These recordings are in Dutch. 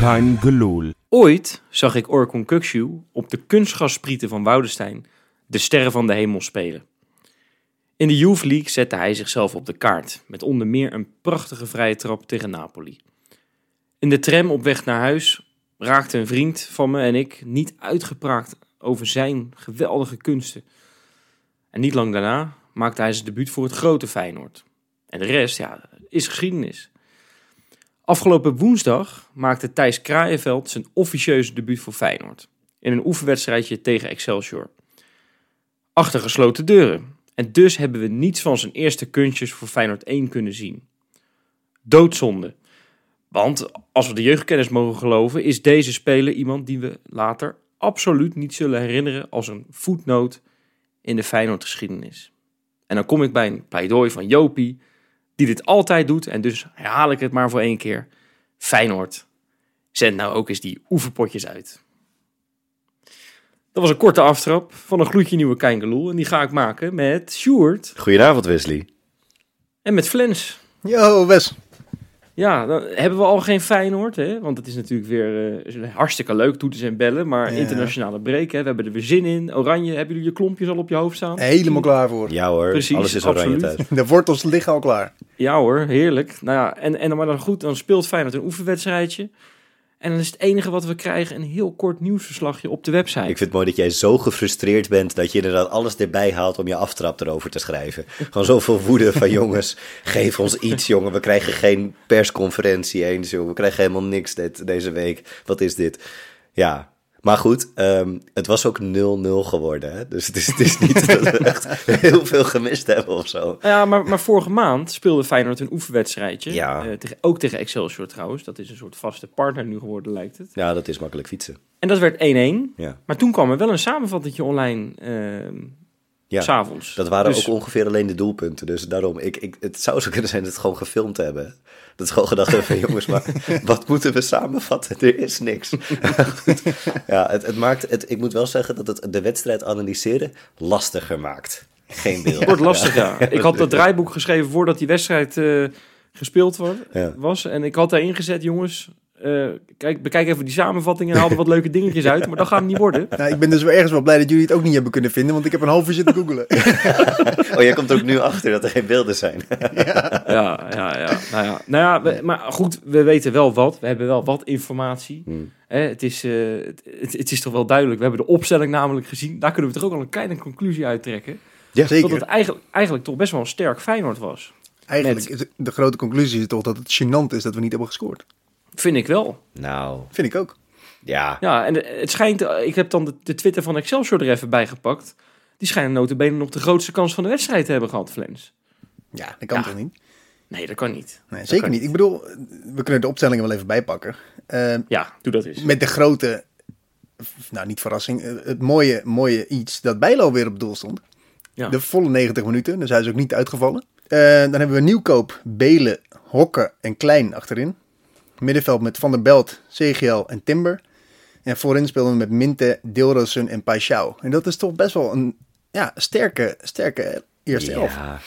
Kein gelul. Ooit zag ik Orkun Kökçü op de kunstgrassprieten van Woudestein de sterren van de hemel spelen. In de Youth League zette hij zichzelf op de kaart, met onder meer een prachtige vrije trap tegen Napoli. In de tram op weg naar huis raakte een vriend van me en ik niet uitgepraat over zijn geweldige kunsten. En niet lang daarna maakte hij zijn debuut voor het grote Feyenoord. En de rest, is geschiedenis. Afgelopen woensdag maakte Thijs Kraaienveld zijn officieuze debuut voor Feyenoord. In een oefenwedstrijdje tegen Excelsior. Achter gesloten deuren. En dus hebben we niets van zijn eerste kunstjes voor Feyenoord 1 kunnen zien. Doodzonde. Want als we de jeugdkennis mogen geloven, is deze speler iemand die we later absoluut niet zullen herinneren als een voetnoot in de Feyenoord-geschiedenis. En dan kom ik bij een pleidooi van Jopie, die dit altijd doet, en dus herhaal ik het maar voor 1 keer. Feyenoord, zend nou ook eens die oefenpotjes uit. Dat was een korte aftrap van een gloedje nieuwe Kein Gelul, en die ga ik maken met Sjoerd. Goedenavond, Wesley. En met Flens. Yo, Wes. Ja, dan hebben we al geen Feyenoord, hè? Want het is natuurlijk weer hartstikke leuk, toeters en bellen, maar internationale break, hè? We hebben er weer zin in. Oranje, hebben jullie je klompjes al op je hoofd staan? Helemaal klaar voor. Ja hoor, precies, alles is oranje absoluut. thuis. De wortels liggen al klaar. Ja hoor, heerlijk. Nou ja, maar dan goed, dan speelt Feyenoord een oefenwedstrijdje. En dan is het enige wat we krijgen een heel kort nieuwsverslagje op de website. Ik vind het mooi dat jij zo gefrustreerd bent dat je inderdaad alles erbij haalt om je aftrap erover te schrijven. Gewoon zoveel woede van jongens, geef ons iets jongen. We krijgen geen persconferentie eens joh. We krijgen helemaal niks deze week. Wat is dit? Ja, maar goed, het was ook 0-0 geworden. Hè? Dus het is niet dat we echt heel veel gemist hebben of zo. Ja, maar vorige maand speelde Feyenoord een oefenwedstrijdje. Ja. Ook tegen Excelsior trouwens. Dat is een soort vaste partner nu geworden, lijkt het. Ja, dat is makkelijk fietsen. En dat werd 1-1. Ja. Maar toen kwam er wel een samenvattingje online Ja, 's'avonds. dat waren Dus- ook ongeveer alleen de doelpunten. Dus daarom, het zou zo kunnen zijn dat we het gewoon gefilmd hebben. Dat is gewoon gedacht hebben van jongens, maar wat moeten we samenvatten? Er is niks. Goed. Ja, het maakt, ik moet wel zeggen dat het de wedstrijd analyseren lastiger maakt. Geen beeld. Wordt lastig, ja. Ik had dat draaiboek geschreven voordat die wedstrijd gespeeld was. En ik had daarin gezet, jongens, bekijk even die samenvatting en haal er wat leuke dingetjes uit. Maar dat gaat het niet worden. Nou, ik ben dus wel ergens wel blij dat jullie het ook niet hebben kunnen vinden, want ik heb een half uur zitten googelen. Oh, jij komt er ook nu achter dat er geen beelden zijn. Ja. Maar goed, we weten wel wat. We hebben wel wat informatie. Het is toch wel duidelijk. We hebben de opstelling namelijk gezien. Daar kunnen we toch ook al een kleine conclusie uittrekken. Ja, zeker. Dat het eigenlijk toch best wel een sterk Feyenoord was. Eigenlijk is de grote conclusie is toch dat het gênant is dat we niet hebben gescoord. Vind ik wel. Nou, Vind ik ook. ja. Ja, en het schijnt... Ik heb dan de Twitter van Excelsior er even bij gepakt. Die schijnen nota bene nog de grootste kans van de wedstrijd te hebben gehad, Flens. Ja, dat kan toch niet? Nee, dat kan niet. Nee, Dat zeker kan niet. Ik bedoel, we kunnen de opstellingen wel even bijpakken. Ja, doe dat eens. Met de grote, nou niet verrassing, het mooie iets dat Bijlo weer op doel stond. Ja. De volle 90 minuten, dus hij is ook niet uitgevallen. Dan hebben we Nieuwkoop, Belen, Hokke en Klein achterin. Middenveld met Van der Belt, CGL en Timber. En voorin spelen we met Minte, Dilrosun en Paixão. En dat is toch best wel een sterke eerste elf. Ja,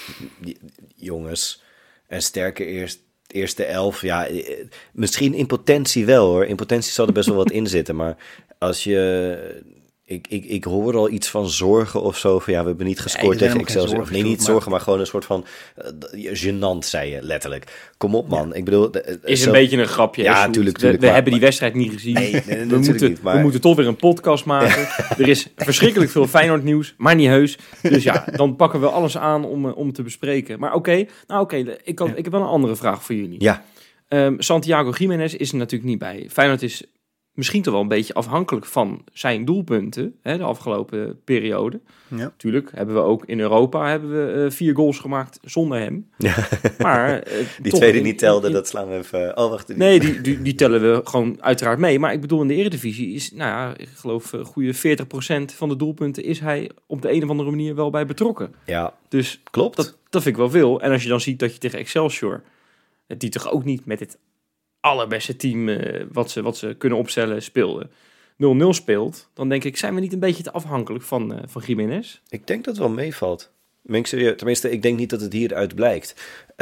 jongens, een sterke eerste elf. Ja, misschien in potentie wel hoor. In potentie zal er best wel wat in zitten. Maar als je... Ik hoor al iets van zorgen of zo. Van ja, we hebben niet gescoord tegen Excelsior. Nee, niet zorgen, maar gewoon een soort van... gênant, zei je letterlijk. Kom op, man. Ja. Ik bedoel... Is een beetje een grapje. Ja, natuurlijk. We hebben die wedstrijd niet gezien. Nee, we moeten toch weer een podcast maken. Er is verschrikkelijk veel Feyenoord nieuws, maar niet heus. Dus ja, dan pakken we alles aan om te bespreken. Maar oké. Ik heb wel een andere vraag voor jullie. Ja. Santiago Giménez is er natuurlijk niet bij. Feyenoord is misschien toch wel een beetje afhankelijk van zijn doelpunten, hè, de afgelopen periode. Ja. Natuurlijk hebben we ook in Europa 4 goals gemaakt zonder hem. Ja. Maar die tweede niet telde, dat slaan we even... Oh, wacht. Nee, die tellen we gewoon uiteraard mee. Maar ik bedoel, in de Eredivisie is, ik geloof, goede 40% van de doelpunten is hij op de een of andere manier wel bij betrokken. Ja, dus klopt. Dat vind ik wel veel. En als je dan ziet dat je tegen Excelsior, die toch ook niet met het allerbeste team wat ze kunnen opstellen speelde, 0-0 speelt, dan denk ik, zijn we niet een beetje te afhankelijk van Giménez? Ik denk dat het wel meevalt. Meen ik serieus? Tenminste, ik denk niet dat het hieruit blijkt.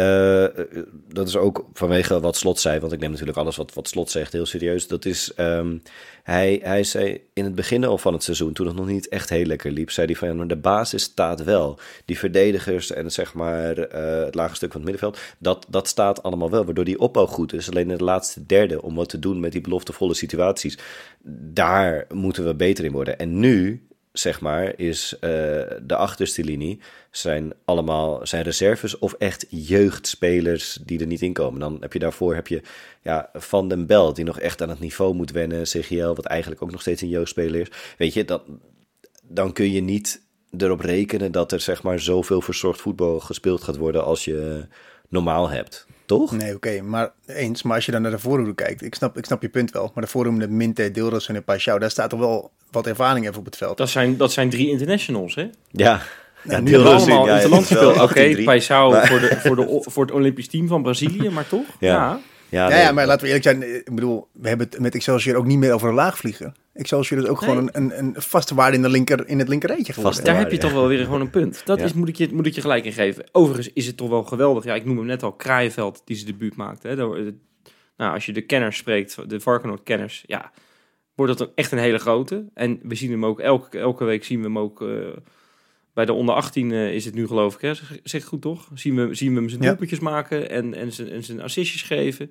Dat is ook vanwege wat Slot zei, want ik neem natuurlijk alles wat Slot zegt heel serieus. Dat is, hij zei in het begin al van het seizoen, toen het nog niet echt heel lekker liep, zei hij van, ja, maar de basis staat wel. Die verdedigers en zeg maar het lage stuk van het middenveld, dat staat allemaal wel, waardoor die opbouw goed is. Alleen in de laatste derde, om wat te doen met die beloftevolle situaties, daar moeten we beter in worden. En nu, zeg maar, is de achterste linie zijn reserves of echt jeugdspelers die er niet in komen. Dan heb je daarvoor Van den Belt, die nog echt aan het niveau moet wennen. CGL, wat eigenlijk ook nog steeds een jeugdspeler is. Weet je, dan kun je niet erop rekenen dat er zeg maar zoveel verzorgd voetbal gespeeld gaat worden als je normaal hebt. Toch? Nee, oké, maar eens. Maar als je dan naar de voorhoede kijkt, ik snap je punt wel. Maar de voorhoede, Minte, Deelros en Paixão, daar staat toch wel wat ervaring even op het veld. Dat zijn 3 internationals, hè? Ja. Ja, die hebben allemaal interland gespeeld. Oké, Paixão maar... voor het Olympisch team van Brazilië, maar toch? Ja. Ja, maar laten we eerlijk zijn. Ik bedoel, we hebben het met Excelsior ook niet meer over een laagvlieger. Excelsior is ook gewoon een vaste waarde in het linkerrijtje geworden. Daar heb je toch wel weer gewoon een punt. Dat moet ik je gelijk in geven. Overigens is het toch wel geweldig. Ja, ik noem hem net al, Kraaienveld, die zijn debuut maakte. Hè. Nou, als je de kenners spreekt, de Varkenoord-kenners, ja, wordt dat echt een hele grote. En we zien hem ook, elke week zien we hem ook... bij de onder 18 is het nu, geloof ik, hè? Zeg goed toch? Zien we hem zijn doelpuntjes maken en zijn assistjes geven.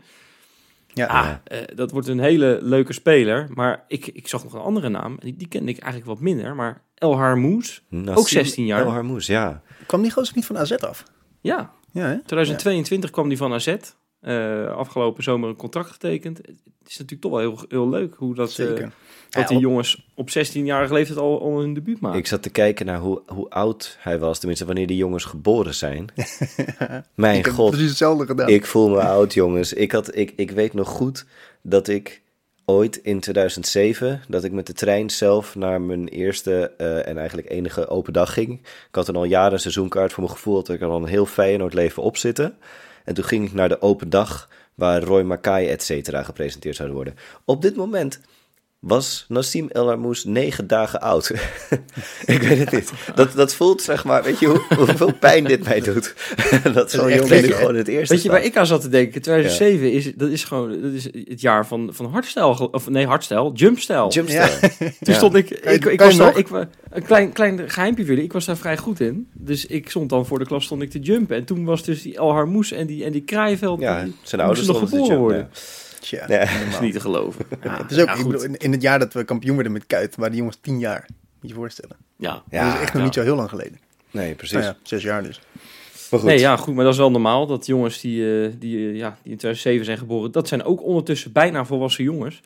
Ja. Dat wordt een hele leuke speler. Maar ik zag nog een andere naam. Die kende ik eigenlijk wat minder. Maar El Harmouz, ook 16 jaar. El Harmouz, ja. Kwam die gozer niet van AZ af? Ja. Hè? 2022 kwam die van AZ. Afgelopen zomer een contract getekend. Het is natuurlijk toch wel heel, heel leuk hoe dat... Dat die jongens op 16-jarige leeftijd al hun debuut maken. Ik zat te kijken naar hoe oud hij was. Tenminste, wanneer die jongens geboren zijn. Mijn god. Ik heb precies hetzelfde gedaan. Ik voel me oud, jongens. Ik weet nog goed dat ik ooit in 2007... dat ik met de trein zelf naar mijn eerste en eigenlijk enige open dag ging. Ik had dan al jaren een seizoenkaart. Voor mijn gevoel dat ik al een heel Feyenoord leven op zitten. En toen ging ik naar de open dag... waar Roy Mackay et cetera gepresenteerd zouden worden. Op dit moment... was Nassim El Harmouz 9 dagen oud. Ik weet het niet. Dat voelt, zeg maar, weet je hoeveel pijn dit mij doet? Dat zo'n jongen nu gewoon het eerste Weet je waar ik aan zat te denken? 2007 is het jaar van hardstyle, of nee, hardstyle, jumpstyle. Ja. Toen stond ik was daar, een klein geheimpje voor jullie, ik was daar vrij goed in. Dus ik stond dan voor de klas te jumpen. En toen was dus die El Harmouz en die Kraaienveld, zijn ouders nog geboren worden. Ja. Ja, dat is niet te geloven. Ja, het is ook, ik bedoel, in het jaar dat we kampioen werden met Kuyt, waren die jongens 10 jaar. Moet je voorstellen. Ja. Dat is echt nog niet zo heel lang geleden. Nee, precies. 6 jaar dus. Maar goed. Nee, ja, goed, maar dat is wel normaal. Dat jongens die in 2007 zijn geboren, dat zijn ook ondertussen bijna volwassen jongens.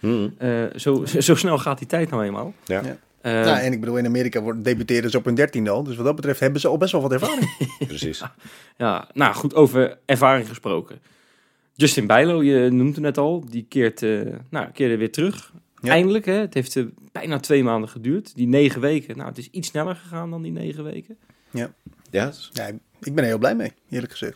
Zo snel gaat die tijd nou eenmaal. Ja. En ik bedoel, in Amerika debuteren ze op hun 13e al. Dus wat dat betreft hebben ze al best wel wat ervaring. Precies. Ja, nou goed, over ervaring gesproken. Justin Bijlo, je noemt hem net al, die keerde weer terug. Ja. Eindelijk, hè? Het heeft bijna 2 maanden geduurd. Die 9 weken, nou, het is iets sneller gegaan dan die 9 weken. Ja, ik ben er heel blij mee, eerlijk gezegd.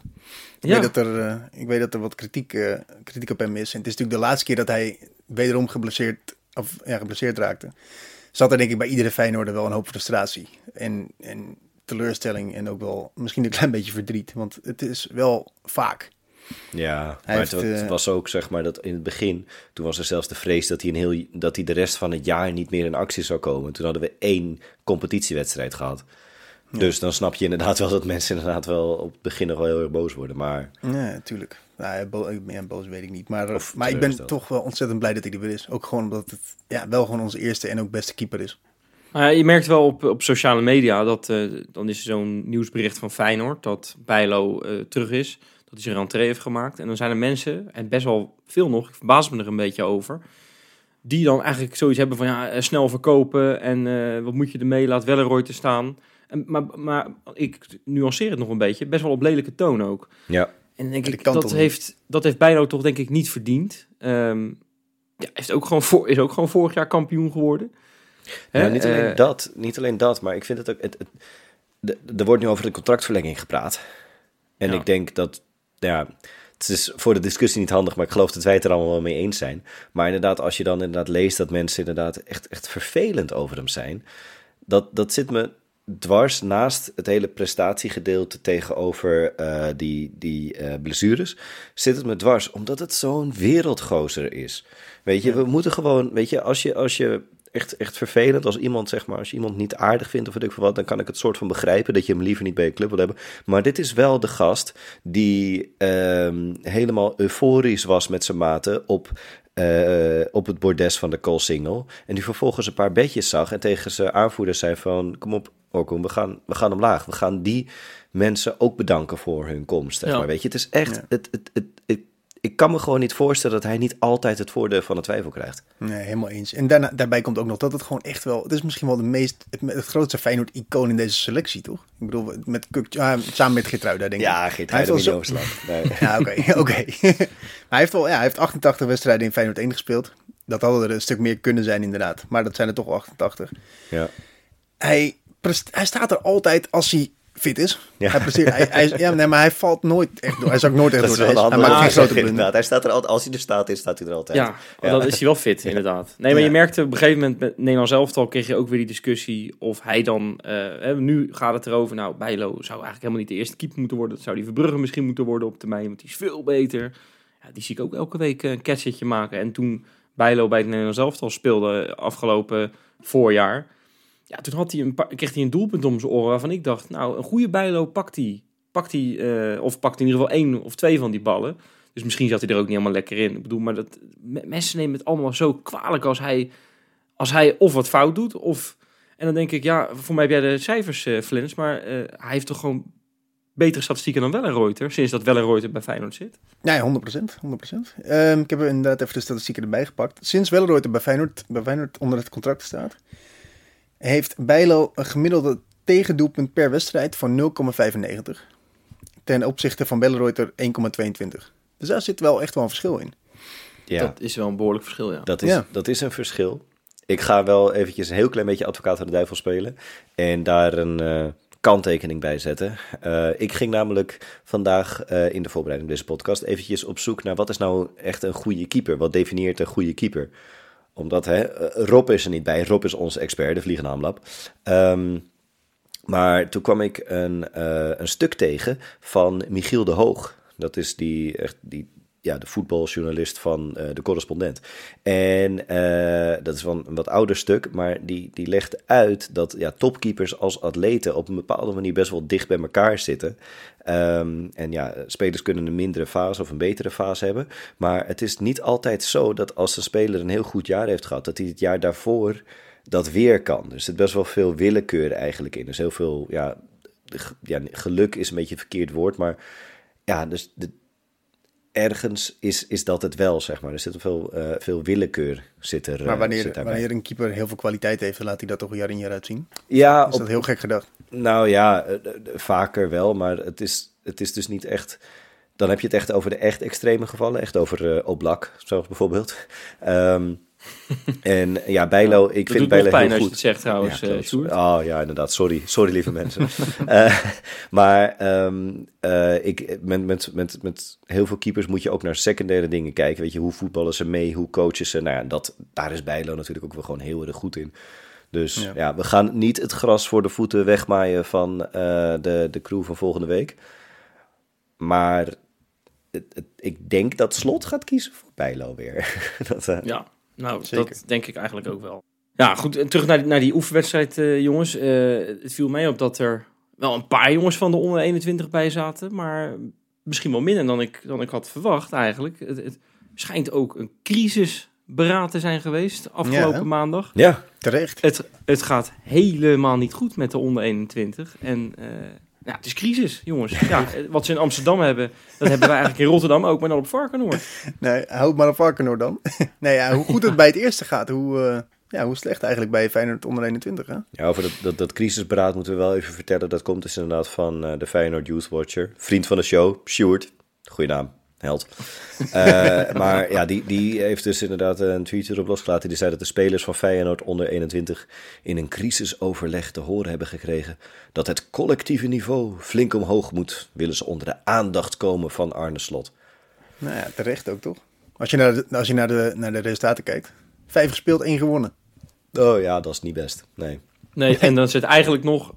Ik weet dat er wat kritiek op hem is. En het is natuurlijk de laatste keer dat hij wederom geblesseerd raakte. Zat er denk ik bij iedere Feyenoorder wel een hoop frustratie. En teleurstelling en ook wel misschien een klein beetje verdriet. Want het is wel vaak... Ja, maar het was ook, zeg maar, dat in het begin, toen was er zelfs de vrees dat hij de rest van het jaar niet meer in actie zou komen. Toen hadden we 1 competitiewedstrijd gehad. Ja. Dus dan snap je inderdaad wel dat mensen inderdaad wel op het begin nog wel heel erg boos worden. Maar... Ja, natuurlijk. Boos weet ik niet. Maar ik ben toch wel ontzettend blij dat hij er weer is. Ook gewoon omdat het wel gewoon onze eerste en ook beste keeper is. Nou ja, je merkt wel op sociale media dat dan is er zo'n nieuwsbericht van Feyenoord dat Bijlo terug is. Dat hij zijn rentree heeft gemaakt. En dan zijn er mensen, en best wel veel nog, ik verbaas me er een beetje over, die dan eigenlijk zoiets hebben van snel verkopen en wat moet je ermee, laat Welleroy te staan. Maar ik nuanceer het nog een beetje, best wel op lelijke toon ook. Ja. En denk ik, dat heeft Bijlo toch denk ik niet verdiend. Is ook gewoon vorig jaar kampioen geworden. Ja, niet alleen dat, maar ik vind het ook, er wordt nu over de contractverlenging gepraat. En ik denk dat, het is voor de discussie niet handig, maar ik geloof dat wij het er allemaal wel mee eens zijn. Maar inderdaad, als je dan inderdaad leest dat mensen inderdaad echt vervelend over hem zijn, dat zit me dwars naast het hele prestatiegedeelte tegenover die blessures, zit het me dwars, omdat het zo'n wereldgozer is. Weet je, we moeten gewoon, weet je, als je echt vervelend, als iemand, zeg maar, als je iemand niet aardig vindt of weet ik veel wat, dan kan ik het soort van begrijpen dat je hem liever niet bij je club wil hebben. Maar dit is wel de gast die helemaal euforisch was met zijn maten op het bordes van de Koolsingel. En die vervolgens een paar bedjes zag en tegen zijn aanvoerders zei van, kom op Orkun, we gaan omlaag. We gaan die mensen ook bedanken voor hun komst. Zeg maar. Weet je, het is echt, ik kan me gewoon niet voorstellen dat hij niet altijd het voordeel van de twijfel krijgt. Nee, helemaal eens. En daarbij komt ook nog dat het gewoon echt wel, het is misschien wel het grootste Feyenoord-icoon in deze selectie, toch? Ik bedoel, samen met Geertruida, denk ik. Ja, Geertruida moet je overslaan. Nee. Ja, oké. Maar hij heeft 88 wedstrijden in Feyenoord 1 gespeeld. Dat hadden er een stuk meer kunnen zijn, inderdaad. Maar dat zijn er toch 88. Ja. Hij staat er altijd als hij fit is. Ja. Hij presteert. Maar hij valt nooit echt door. Hij zakt nooit echt door. Hij maakt geen grote blunder. Hij staat er altijd, als hij er staat hij er altijd. Ja, dan is hij wel fit, inderdaad. Nee, maar je merkte op een gegeven moment met Nederlands elftal kreeg je ook weer die discussie of hij dan, nu gaat het erover, nou, Bijlo zou eigenlijk helemaal niet de eerste keeper moeten worden. Dat zou die Verbrugge misschien moeten worden op termijn, want die is veel beter. Ja, die zie ik ook elke week een catchetje maken. En toen Bijlo bij het Nederlands elftal speelde afgelopen voorjaar, ja, toen kreeg hij een doelpunt om zijn oren waarvan ik dacht, nou, een goede Bijlo pakt hij in ieder geval 1 of 2 van die ballen. Dus misschien zat hij er ook niet helemaal lekker in. Ik bedoel, maar mensen nemen het allemaal zo kwalijk als hij of wat fout doet, en dan denk ik, ja, voor mij heb jij de cijfers, Flens, maar hij heeft toch gewoon betere statistieken dan Wellenreuter, sinds dat Wellenreuter bij Feyenoord zit? Ja, 100%. Ik heb inderdaad even de statistieken erbij gepakt. Sinds Wellenreuter bij Feyenoord onder het contract staat, heeft Bijlo een gemiddelde tegendoelpunt per wedstrijd van 0,95. Ten opzichte van Wellenreuter 1,22. Dus daar zit wel echt wel een verschil in. Ja. Dat is wel een behoorlijk verschil, ja. Dat is een verschil. Ik ga wel eventjes een heel klein beetje advocaat van de duivel spelen. En daar een kanttekening bij zetten. Ik ging namelijk vandaag in de voorbereiding van deze podcast eventjes op zoek naar wat is nou echt een goede keeper? Wat definieert een goede keeper? Omdat Rob is er niet bij. Rob is onze expert, de Vliegende Hamlab. Maar toen kwam ik een stuk tegen van Michiel de Hoog. Dat is de voetbaljournalist van de Correspondent. En dat is van een wat ouder stuk, maar die legt uit dat topkeepers als atleten op een bepaalde manier best wel dicht bij elkaar zitten. En ja, spelers kunnen een mindere fase of een betere fase hebben. Maar het is niet altijd zo dat als een speler een heel goed jaar heeft gehad, dat hij het jaar daarvoor dat weer kan. Dus er zit best wel veel willekeur eigenlijk in. Dus heel veel, geluk is een beetje een verkeerd woord, maar ja, dus ergens is dat het wel, zeg maar. Er zit veel willekeur zit er. Maar wanneer een keeper heel veel kwaliteit heeft, dan laat hij dat toch jaar in jaar uitzien? Ja, is dat heel gek gedacht? Nou ja, vaker wel, maar het is dus niet echt. Dan heb je het echt over de echt extreme gevallen, echt over Oblak, zoals bijvoorbeeld. En ja, Bijlo, ik vind Bijlo heel goed. Als je het zegt trouwens, Sjoerd. Oh ja, inderdaad, sorry lieve mensen. Maar met heel veel keepers moet je ook naar secundaire dingen kijken. Weet je, hoe voetballen ze mee, hoe coachen ze? Nou ja, daar is Bijlo natuurlijk ook wel gewoon heel erg goed in. Dus ja, we gaan niet het gras voor de voeten wegmaaien van de crew van volgende week. Maar ik denk dat Slot gaat kiezen voor Bijlo weer. Ja. Nou, zeker. Dat denk ik eigenlijk ook wel. Ja, goed. En terug naar die oefenwedstrijd, jongens. Het viel mij op dat er wel een paar jongens van de onder 21 bij zaten. Maar misschien wel minder dan ik had verwacht eigenlijk. Het schijnt ook een crisisberaad te zijn geweest afgelopen maandag. Ja, terecht. Het gaat helemaal niet goed met de onder 21. En ja, het is crisis, jongens. Ja, wat ze in Amsterdam hebben, dat hebben wij eigenlijk in Rotterdam ook, maar dan op Varkenoord. Nee, houd maar op Varkenoord dan. Nee, ja, hoe goed het bij het eerste gaat, hoe slecht eigenlijk bij Feyenoord onder 21, hè? Ja, over dat crisisberaad moeten we wel even vertellen. Dat komt dus inderdaad van de Feyenoord Youth Watcher. Vriend van de show, Sjoerd. Goeie naam, held. Maar ja, die heeft dus inderdaad een tweet erop losgelaten. Die zei dat de spelers van Feyenoord onder 21 in een crisisoverleg te horen hebben gekregen dat het collectieve niveau flink omhoog moet, willen ze onder de aandacht komen van Arne Slot. Nou ja, terecht ook toch? Als je naar de resultaten kijkt. 5 gespeeld, 1 gewonnen. Oh ja, dat is niet best. Nee, en dan zit eigenlijk nog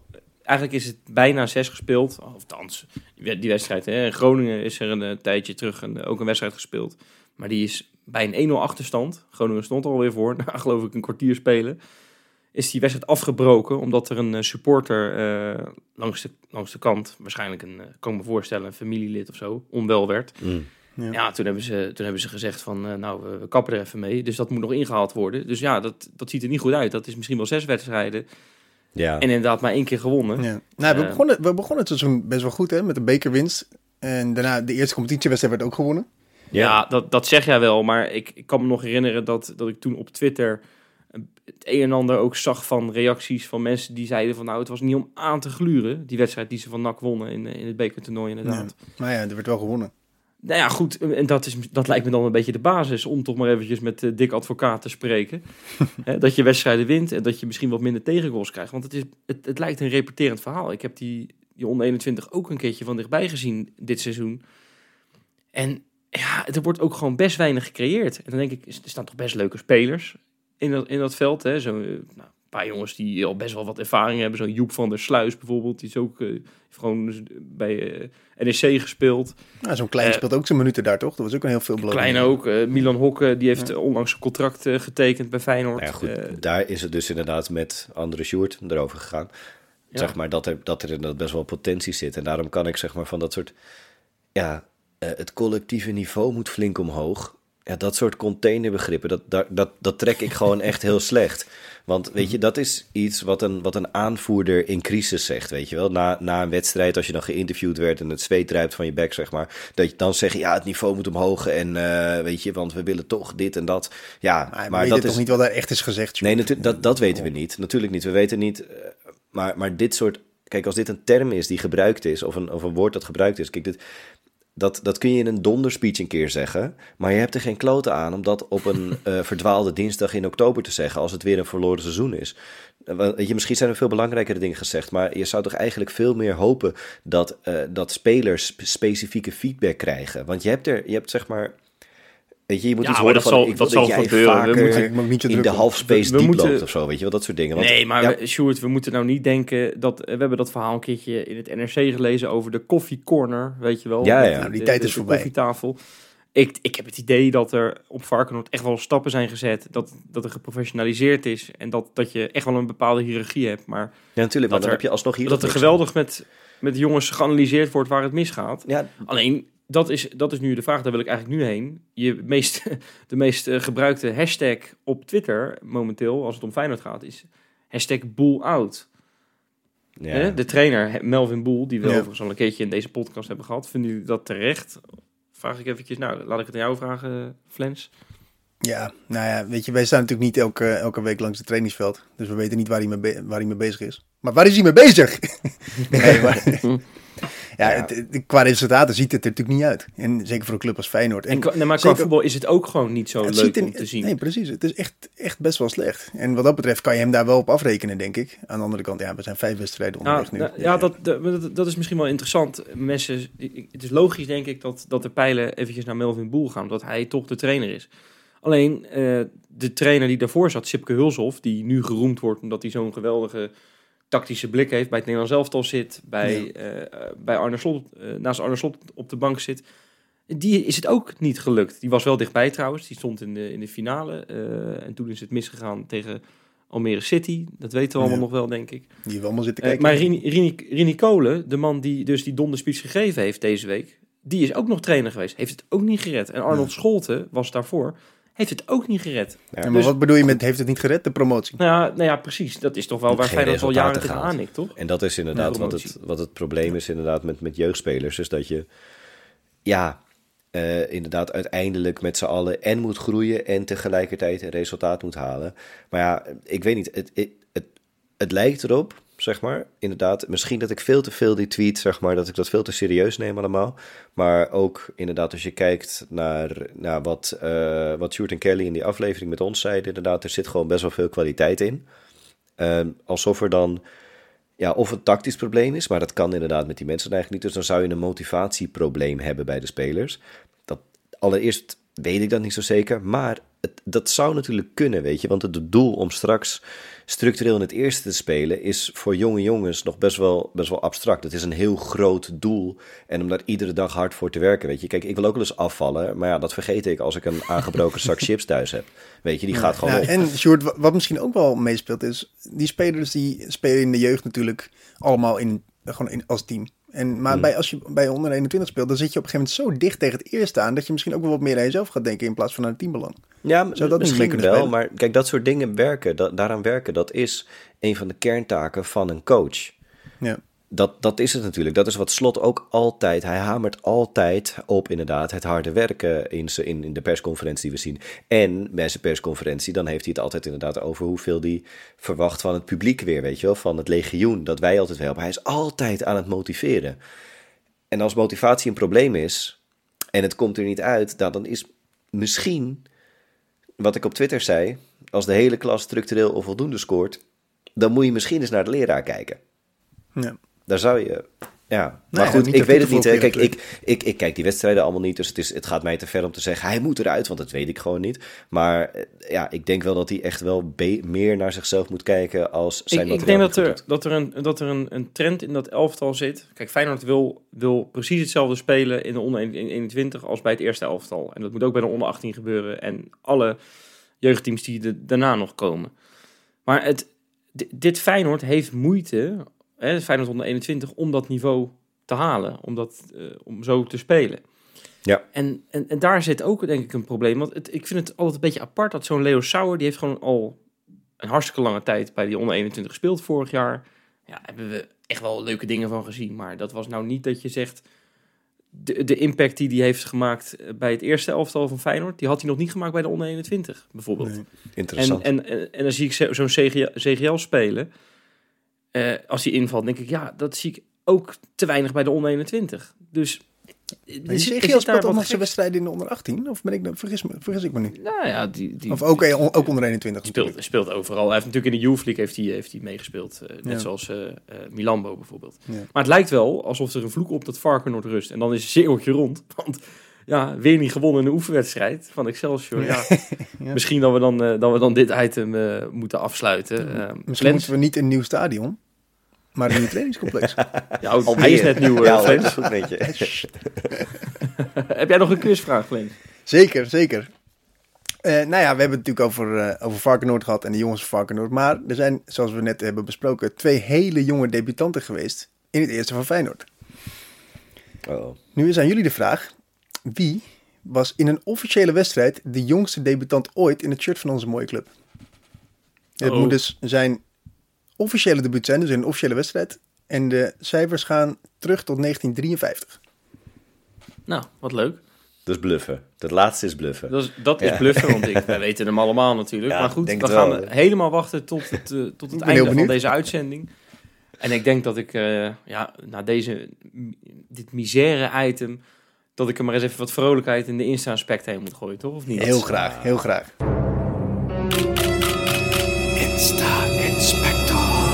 eigenlijk is het bijna 6 gespeeld. Althans, die wedstrijd. Hè. In Groningen is er een tijdje terug ook een wedstrijd gespeeld. Maar die is bij een 1-0 achterstand. Groningen stond er alweer voor. Na geloof ik een kwartier spelen. Is die wedstrijd afgebroken. Omdat er een supporter langs de kant. Waarschijnlijk kan ik me voorstellen, een familielid of zo. Onwel werd. Ja, toen hebben ze gezegd van, we kappen er even mee. Dus dat moet nog ingehaald worden. Dus ja, dat ziet er niet goed uit. Dat is misschien wel 6 wedstrijden. Ja. En inderdaad maar 1 keer gewonnen. Ja. Nou, we begonnen het seizoen best wel goed, hè, met een bekerwinst. En daarna de eerste competitiewedstrijd werd ook gewonnen. Ja, dat zeg jij wel. Maar ik kan me nog herinneren dat ik toen op Twitter het een en ander ook zag van reacties van mensen die zeiden van, het was niet om aan te gluren. Die wedstrijd die ze van NAC wonnen in het bekertoernooi inderdaad. Ja. Maar ja, er werd wel gewonnen. Nou ja, goed. En dat lijkt me dan een beetje de basis om toch maar eventjes met Dick Advocaat te spreken. Dat je wedstrijden wint en dat je misschien wat minder tegengoals krijgt. Want het lijkt een repeterend verhaal. Ik heb die onder 21 ook een keertje van dichtbij gezien dit seizoen. En ja, er wordt ook gewoon best weinig gecreëerd. En dan denk ik, er staan toch best leuke spelers in dat veld. Hè? Een paar jongens die al best wel wat ervaring hebben. Zo'n Joep van der Sluis bijvoorbeeld. Die is ook gewoon bij NEC gespeeld. Nou, zo'n Klein speelt ook zijn minuten daar, toch? Dat was ook een heel veel beloning. Klein ook. Milan Hokke, die heeft onlangs een contract getekend bij Feyenoord. Ja, goed, daar is het dus inderdaad met Andre Sjoerd erover gegaan. Ja. Zeg maar dat er inderdaad best wel potentie zit. En daarom kan ik zeg maar van dat soort... het collectieve niveau moet flink omhoog. Ja, dat soort containerbegrippen, dat trek ik gewoon echt heel slecht. Want weet je, dat is iets wat een aanvoerder in crisis zegt, weet je wel. Na een wedstrijd, als je dan geïnterviewd werd en het zweet druipt van je bek, zeg maar. Dat je dan zegt, het niveau moet omhoog en weet je, want we willen toch dit en dat. Ja, maar dat is toch niet wat daar echt is gezegd? Nee, dat weten we niet. Natuurlijk niet. We weten niet, maar dit soort... Kijk, als dit een term is die gebruikt is, of een woord dat gebruikt is... Kijk, dat kun je in een donderspeech een keer zeggen, maar je hebt er geen kloten aan om dat op een verdwaalde dinsdag in oktober te zeggen als het weer een verloren seizoen is. Weet je, misschien zijn er veel belangrijkere dingen gezegd, maar je zou toch eigenlijk veel meer hopen dat spelers specifieke feedback krijgen. Want je hebt zeg maar... Weet je, je moet iets horen van... Dat zal gebeuren. We moeten in de half-space diep loopt of zo, weet je wel, dat soort dingen. Want, nee, maar Sjoerd, we moeten nou niet denken dat... We hebben dat verhaal een keertje in het NRC gelezen over de koffiecorner, weet je wel. Ja. Die tijd is voorbij. De koffietafel. Ik heb het idee dat er op Varkenoord echt wel stappen zijn gezet. Dat er geprofessionaliseerd is. En dat je echt wel een bepaalde hiërarchie hebt. Maar ja, natuurlijk, maar dan heb je alsnog hier... Dat er geweldig met jongens geanalyseerd wordt waar het misgaat. Ja. Alleen... Dat is nu de vraag, daar wil ik eigenlijk nu heen. De meest gebruikte hashtag op Twitter momenteel, als het om Feyenoord gaat, is #BoelOut. Ja. De trainer, Melvin Boel, die we overigens al een keertje in deze podcast hebben gehad. Vindt u dat terecht? Vraag ik eventjes, laat ik het aan jou vragen, Flens. Ja, weet je, wij staan natuurlijk niet elke week langs het trainingsveld. Dus we weten niet waar hij mee bezig is. Maar waar is hij mee bezig? Nee, maar... qua resultaten ziet het er natuurlijk niet uit. En zeker voor een club als Feyenoord. Maar qua voetbal is het ook gewoon niet zo leuk om te zien. Nee, precies. Het is echt best wel slecht. En wat dat betreft kan je hem daar wel op afrekenen, denk ik. Aan de andere kant, we zijn 5 wedstrijden onderweg nu. Dat is misschien wel interessant. Het is logisch, denk ik, dat de pijlen eventjes naar Melvin Boel gaan. Omdat hij toch de trainer is. Alleen, de trainer die daarvoor zat, Sipke Hulshoff, die nu geroemd wordt omdat hij zo'n geweldige... tactische blik heeft, bij het Nederlands elftal zit, bij Arne Slot, naast Arne Slot op de bank zit. Die is het ook niet gelukt. Die was wel dichtbij trouwens, die stond in de finale. En toen is het misgegaan tegen Almere City. Dat weten we allemaal nog wel, denk ik. Die we allemaal zitten kijken. Maar Rini Kolen, de man die dus die donderspeech gegeven heeft deze week, die is ook nog trainer geweest. Heeft het ook niet gered. En Arnold Scholten was daarvoor... heeft het ook niet gered. Ja, maar dus, wat bedoel je met heeft het niet gered, de promotie? Nou ja, precies. Dat is toch wel waar Feyenoord al jaren tegenaan nikt, toch? En dat is inderdaad wat het probleem is inderdaad met jeugdspelers. Is dat je inderdaad uiteindelijk met z'n allen en moet groeien en tegelijkertijd een resultaat moet halen. Maar ja, ik weet niet. Het lijkt erop, zeg maar, inderdaad, misschien dat ik veel te veel die tweet, zeg maar, dat ik dat veel te serieus neem allemaal. Maar ook inderdaad, als je kijkt naar wat Sjoerd en Kelly in die aflevering met ons zeiden, inderdaad, er zit gewoon best wel veel kwaliteit in. Alsof er dan, of een tactisch probleem is, maar dat kan inderdaad met die mensen eigenlijk niet. Dus dan zou je een motivatieprobleem hebben bij de spelers. Allereerst weet ik dat niet zo zeker, maar dat zou natuurlijk kunnen, weet je. Want het doel om straks structureel in het eerste te spelen is voor jonge jongens nog best wel abstract. Het is een heel groot doel en om daar iedere dag hard voor te werken, weet je. Kijk, ik wil ook wel eens afvallen, maar ja, dat vergeet ik als ik een aangebroken zak chips thuis heb. Weet je, die gaat gewoon op. En Sjoerd, wat misschien ook wel meespeelt is, die spelers die spelen in de jeugd natuurlijk allemaal als team. Maar als je bij onder 21 speelt, dan zit je op een gegeven moment zo dicht tegen het eerste aan, dat je misschien ook wel wat meer aan jezelf gaat denken in plaats van aan het teambelang. Ja, zou dat misschien niet wel, spelen? maar kijk, dat soort dingen daaraan werken, dat is een van de kerntaken van een coach. Ja. Dat is het natuurlijk. Dat is wat Slot ook altijd... Hij hamert altijd op inderdaad het harde werken in de persconferentie die we zien. En bij zijn persconferentie, dan heeft hij het altijd inderdaad over hoeveel hij verwacht van het publiek weer, weet je wel, van het legioen, dat wij altijd helpen. Hij is altijd aan het motiveren. En als motivatie een probleem is en het komt er niet uit, dan is misschien, wat ik op Twitter zei, als de hele klas structureel onvoldoende scoort, dan moet je misschien eens naar de leraar kijken. Ja. Daar zou je... Ja, maar ja, goed, niet ik weet het te niet. Hè. veel Kijk, ik kijk die wedstrijden allemaal niet, dus het gaat mij te ver om te zeggen, hij moet eruit, want dat weet ik gewoon niet. Maar ja, ik denk wel dat hij echt wel meer naar zichzelf moet kijken als zijn materiaal. Ik denk dat er een trend in dat elftal zit. Kijk, Feyenoord wil precies hetzelfde spelen in de onder 21 als bij het eerste elftal. En dat moet ook bij de onder 18 gebeuren en alle jeugdteams die daarna nog komen. Maar dit Feyenoord heeft moeite, Feyenoord onder 21, om dat niveau te halen, om zo te spelen. Ja. En daar zit ook denk ik een probleem, want ik vind het altijd een beetje apart dat zo'n Leo Sauer, die heeft gewoon al een hartstikke lange tijd bij die onder 21 gespeeld vorig jaar. Ja, hebben we echt wel leuke dingen van gezien, maar dat was nou niet dat je zegt, de impact die hij heeft gemaakt bij het eerste elftal van Feyenoord, die had hij nog niet gemaakt bij de onder 21 bijvoorbeeld. Nee. Interessant. En dan zie ik zo'n CGL spelen. Als hij invalt, denk ik, ja, dat zie ik ook te weinig bij de onder 21. Dus CGL speelt toch nog zijn wedstrijden in de onder 18? Of vergis ik me nu? Nou ja, of ook onder 21 speelt overal. Hij heeft natuurlijk in de Youth League heeft hij meegespeeld. Net zoals Milambo bijvoorbeeld. Ja. Maar het lijkt wel alsof er een vloek op dat Varkenoord rust. En dan is het cirkeltje rond. Want ja, weer niet gewonnen in de oefenwedstrijd van Excelsior. Ja. Ja. Misschien dat we dan dit item moeten afsluiten. Misschien moeten we niet een nieuw stadion, maar een nieuw trainingscomplex. Ja, hij is net nieuw. Ja, dat is goed met je. Heb jij nog een quizvraag, Flens? Zeker. Nou ja, we hebben het natuurlijk over Varkenoord gehad en de jongens van Varkenoord. Maar er zijn, zoals we net hebben besproken, 2 hele jonge debutanten geweest in het eerste van Feyenoord. Oh. Nu is aan jullie de vraag, wie was in een officiële wedstrijd de jongste debutant ooit in het shirt van onze mooie club? Het moet dus zijn officiële debuut zijn, dus in een officiële wedstrijd. En de cijfers gaan terug tot 1953. Nou, wat leuk. Dat is bluffen. Dat laatste is bluffen. Dat is bluffen, want wij weten hem allemaal natuurlijk. Ja, maar goed, we gaan helemaal wachten tot het einde van deze uitzending. En ik denk dat ik na dit misère-item, dat ik er maar eens even wat vrolijkheid in de Insta-inspect heen moet gooien, toch? Of niet? Heel graag. Insta-inspector.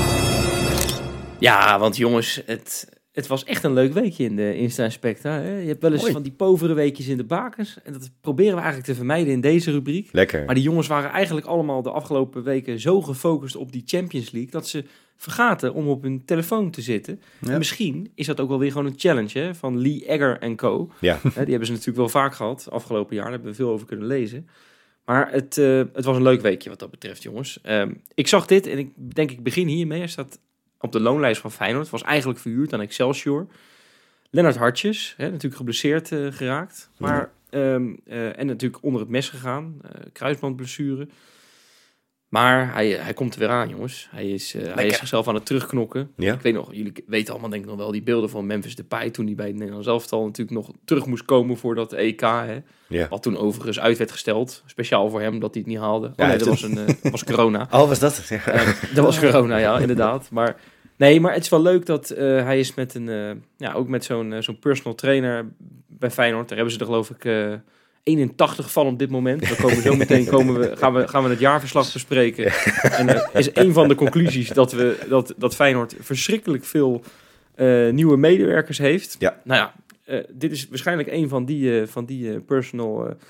Ja, want jongens, het was echt een leuk weekje in de Insta-inspector. Hè? Je hebt wel eens van die povere weekjes in de bakens. En dat proberen we eigenlijk te vermijden in deze rubriek. Lekker. Maar die jongens waren eigenlijk allemaal de afgelopen weken zo gefocust op die Champions League, dat ze vergaten om op hun telefoon te zitten. Ja. En misschien is dat ook wel weer gewoon een challenge van Lee Egger en co. Ja. Die hebben ze natuurlijk wel vaak gehad afgelopen jaar. Daar hebben we veel over kunnen lezen. Maar het was een leuk weekje wat dat betreft, jongens. Ik zag dit en ik begin hiermee. Er staat op de loonlijst van Feyenoord. Was eigenlijk verhuurd aan Excelsior. Lennart Hartjes, natuurlijk geblesseerd geraakt. Maar, en natuurlijk onder het mes gegaan. Kruisbandblessure. Maar hij komt er weer aan, jongens. Hij is zichzelf aan het terugknokken. Ja. Ik weet nog, jullie weten allemaal denk ik nog wel die beelden van Memphis Depay toen hij bij het Nederlands elftal natuurlijk nog terug moest komen voor dat EK. Hè? Ja. Wat toen overigens uit werd gesteld. Speciaal voor hem dat hij het niet haalde. Ja, dat was corona. Oh, was dat? Ja. Dat was corona, ja, inderdaad. Maar het is wel leuk dat hij is met ook met zo'n personal trainer bij Feyenoord. Daar hebben ze er geloof ik 81 van op dit moment. We komen zo meteen gaan we het jaarverslag bespreken. En is een van de conclusies dat Feyenoord verschrikkelijk veel nieuwe medewerkers heeft. Ja. Nou ja, dit is waarschijnlijk een van die personal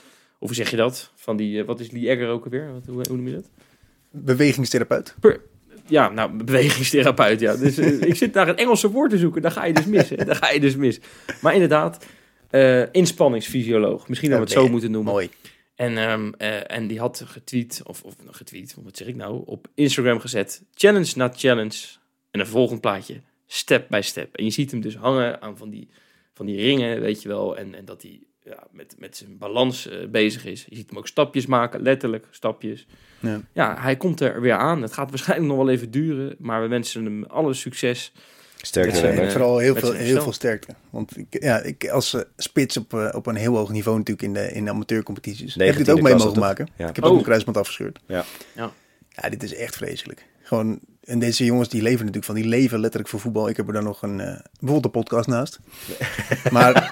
Of hoe zeg je dat? Van die, wat is Lee Egger ook alweer? Hoe noem je dat? Bewegingstherapeut. Ja, nou, bewegingstherapeut, ja. Dus ik zit naar het Engelse woord te zoeken. Dan ga je dus mis. Hè. Dan ga je dus mis. Maar inderdaad, inspanningsfysioloog. Misschien dat we het zo moeten noemen. Mooi. En die had getweet, wat zeg ik nou? Op Instagram gezet. Challenge na challenge. En een volgend plaatje. Step by step. En je ziet hem dus hangen aan van die ringen, weet je wel. En dat hij met zijn balans bezig is. Je ziet hem ook stapjes maken, letterlijk stapjes. Ja, hij komt er weer aan. Het gaat waarschijnlijk nog wel even duren. Maar we wensen hem alle succes. Sterkte. Vooral heel veel sterkte. Want ik als spits op een heel hoog niveau natuurlijk in de amateurcompetities. Heb dit ook mee mogen maken. Ja. Ik heb ook mijn kruisband afgescheurd. Ja, dit is echt vreselijk. Gewoon, en deze jongens die leven natuurlijk van, die leven letterlijk voor voetbal. Ik heb er dan nog bijvoorbeeld een podcast naast. Maar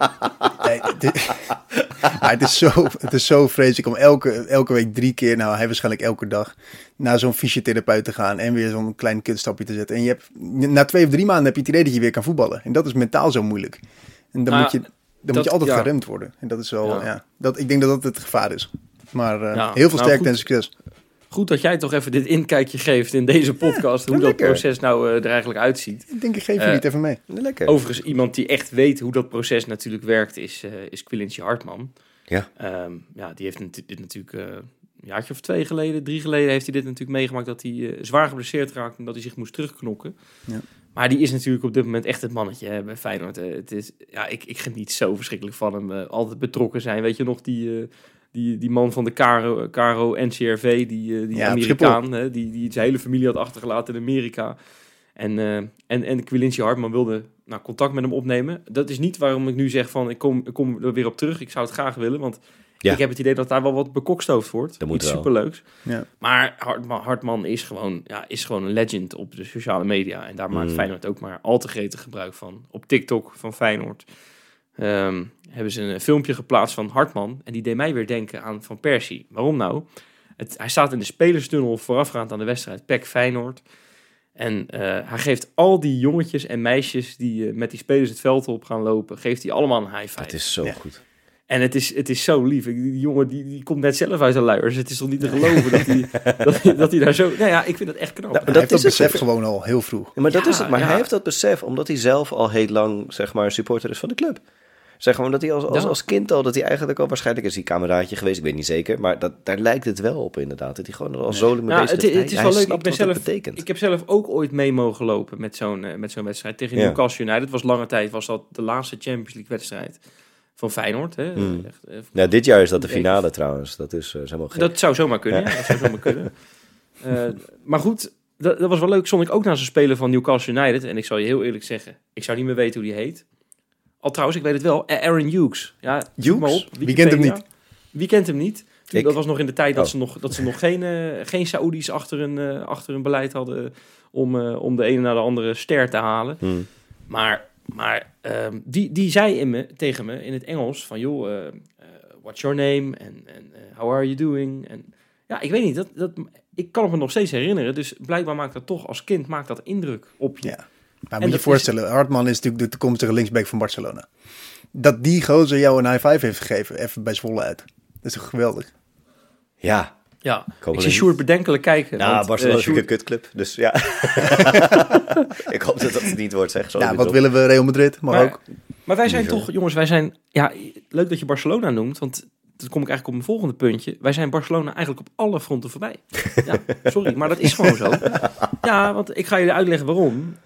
het is zo vreselijk om elke week 3 keer, nou hij waarschijnlijk elke dag, naar zo'n fysiotherapeut te gaan en weer zo'n klein kutstapje te zetten. En je hebt, na 2 of 3 maanden heb je het idee dat je weer kan voetballen. En dat is mentaal zo moeilijk. En dan moet je altijd geremd worden. En dat is wel, ik denk dat dat het gevaar is. Maar heel veel sterkte en succes. Goed dat jij toch even dit inkijkje geeft in deze podcast, hoe dat proces nou er eigenlijk uitziet. Ik denk, ik geef je niet even mee. Lekker. Overigens, iemand die echt weet hoe dat proces natuurlijk werkt, is Quilintje Hartman. Ja. Die heeft dit natuurlijk een jaartje of 3 geleden heeft hij dit natuurlijk meegemaakt, dat hij zwaar geblesseerd raakte en dat hij zich moest terugknokken. Ja. Maar die is natuurlijk op dit moment echt het mannetje bij Feyenoord. Ik geniet zo verschrikkelijk van hem. Altijd betrokken zijn. Weet je nog, die man van de Caro NCRV, die Amerikaan, die zijn hele familie had achtergelaten in Amerika. En Quilintje Hartman wilde contact met hem opnemen. Dat is niet waarom ik nu zeg van ik kom er weer op terug. Ik zou het graag willen, want ik heb het idee dat daar wel wat bekokstoofd wordt. Dat moet iets superleuks. Ja. Maar Hartman is gewoon een legend op de sociale media. En daar maakt Feyenoord ook maar al te gretig gebruik van. Op TikTok van Feyenoord hebben ze een filmpje geplaatst van Hartman. En die deed mij weer denken aan Van Persie. Waarom nou? Hij staat in de spelerstunnel voorafgaand aan de wedstrijd PEC Feyenoord. En hij geeft al die jongetjes en meisjes die met die spelers het veld op gaan lopen, geeft hij allemaal een high five. Het is zo goed. En het is zo lief. Die jongen die komt net zelf uit de luiers. Het is toch niet te geloven dat hij daar zo... Nou ja, ik vind dat echt knap. Nou, hij heeft dat besef gewoon al heel vroeg. Ja, maar dat is het. Maar hij heeft dat besef omdat hij zelf al heel lang, zeg maar, supporter is van de club. Zeg gewoon dat hij als kind al, dat hij eigenlijk al waarschijnlijk is hij kameraadje geweest, ik weet niet zeker, maar daar lijkt het wel op inderdaad, dat hij gewoon al zo lang mee bezig is. Het is wel leuk, ik heb zelf ook ooit mee mogen lopen met zo'n wedstrijd tegen Newcastle United. Was lange tijd, was dat de laatste Champions League wedstrijd van Feyenoord. Hè? Echt, dit jaar is dat de finale trouwens, dat is helemaal gek. Dat zou zomaar kunnen, dat zou zomaar kunnen. Maar goed, dat was wel leuk, stond ik ook naast een speler van Newcastle United en ik zal je heel eerlijk zeggen, ik zou niet meer weten hoe die heet. Al trouwens, ik weet het wel. Aaron Hughes. Ja, Hughes? Maar op. Wie kent hem niet? Wie kent hem niet? Dat was nog in de tijd dat ze nog geen Saoedi's achter hun beleid hadden om de ene naar de andere ster te halen. Maar die zei tegen me in het Engels van joh, what's your name? En how are you doing? En ja, ik weet niet. Ik kan het me nog steeds herinneren. Dus blijkbaar maakt dat toch als kind indruk op je. Ja. Maar moet je voorstellen, Hartman is natuurlijk de toekomstige linksback van Barcelona. Dat die gozer jou een high five heeft gegeven, even bij Zwolle uit. Dat is toch geweldig? Ja, ik zie Sjoerd bedenkelijk kijken. Nou, Barcelona is een kutclub, dus ja. Ik hoop dat het niet wordt, zeg. Wat willen we, Real Madrid, maar ook. Maar wij zijn toch, jongens, leuk dat je Barcelona noemt, want dan kom ik eigenlijk op mijn volgende puntje. Wij zijn Barcelona eigenlijk op alle fronten voorbij. Ja, sorry, maar dat is gewoon zo. Ja, want ik ga je uitleggen waarom.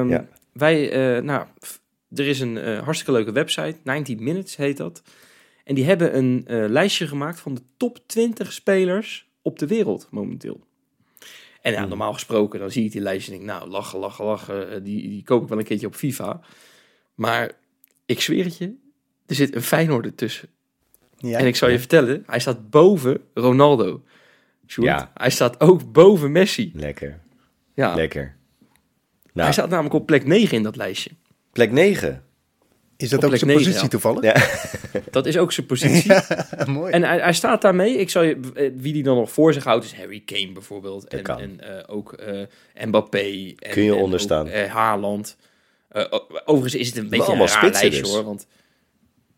Er is een hartstikke leuke website, 90 Minutes heet dat. En die hebben een lijstje gemaakt van de top 20 spelers op de wereld momenteel. En normaal gesproken, dan zie ik die lijstje en denk lachen. Die koop ik wel een keertje op FIFA. Maar ik zweer het je, er zit een Feyenoord ertussen. Ja, en ik zal je vertellen, hij staat boven Ronaldo. Sjoerd, hij staat ook boven Messi. Lekker. Ja. Lekker. Nou. Hij staat namelijk op plek 9 in dat lijstje. Plek 9? Is dat ook zijn positie toevallig? Ja. Dat is ook zijn positie. Ja, mooi. En hij staat daarmee. Ik zal je, wie die dan nog voor zich houdt, is Harry Kane bijvoorbeeld. En ook Mbappé. Kun je onderstaan. Haaland. Overigens is het een beetje een raar lijstje hoor. Want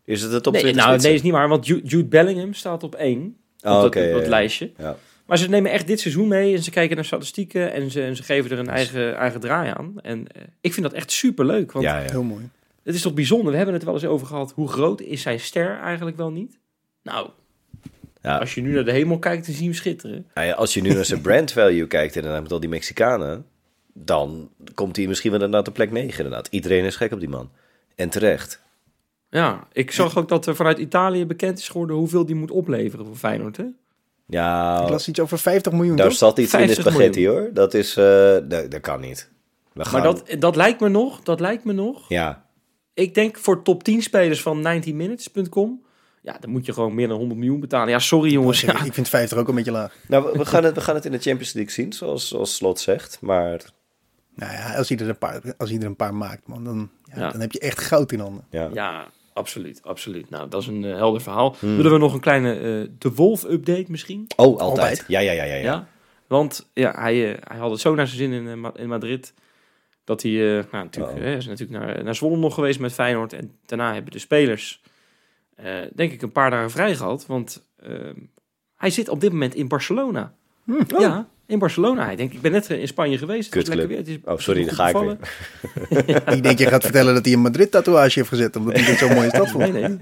Is het de top Nee, 20 nee, spitsen? is niet waar, want Jude Bellingham staat op 1 Oh, op oké, dat ja. lijstje. Ja. Maar ze nemen echt dit seizoen mee en ze kijken naar statistieken en ze geven er een eigen draai aan. En ik vind dat echt superleuk, want Ja. Heel mooi. het is toch bijzonder. We hebben het wel eens over gehad. Hoe groot is zijn ster eigenlijk wel niet? Nou, Ja. als je nu naar de hemel kijkt, dan zie je hem schitteren. Nou ja, als je nu naar zijn brand value kijkt, inderdaad, met al die Mexicanen, dan komt hij misschien wel inderdaad op plek 9. Inderdaad. Iedereen is gek op die man. En terecht. Ja, ik zag ook dat er vanuit Italië bekend is geworden hoeveel die moet opleveren voor Feyenoord, hè? Ja, Ik las iets over 50 miljoen. daar toch? zat iets in de 50 spaghetti, hoor. Dat is, dat kan niet. We gaan, Maar dat lijkt me nog. Ja, Ik denk voor top 10 spelers van 90minutes.com, ja, dan moet je gewoon meer dan 100 miljoen betalen. Ja, sorry jongens. Ik vind 50 ook een beetje laag. nou, we gaan het in de Champions League zien, zoals Slot zegt. Maar Nou ja, als hij er een paar maakt, man, dan Ja. heb je echt goud in handen. ja. Ja, absoluut. Nou, dat is een helder verhaal. Willen we nog een kleine De Wolf-update misschien? Oh, altijd. Altijd. Ja. Ja? Want ja, hij had het zo naar zijn zin in Madrid, dat hij natuurlijk, is natuurlijk naar Zwolle nog geweest met Feyenoord. En daarna hebben de spelers, denk ik, een paar dagen vrij gehad. Want hij zit op dit moment in Barcelona. Ja, in Barcelona. Ik ben net in Spanje geweest. Het was Kutclub. lekker weer. Het is Oh, sorry, goed dan ga ik bevallen. weer. Ik denk, je gaat vertellen dat hij een Madrid-tatoeage heeft gezet, omdat hij dit zo'n mooie stad vond. Nee.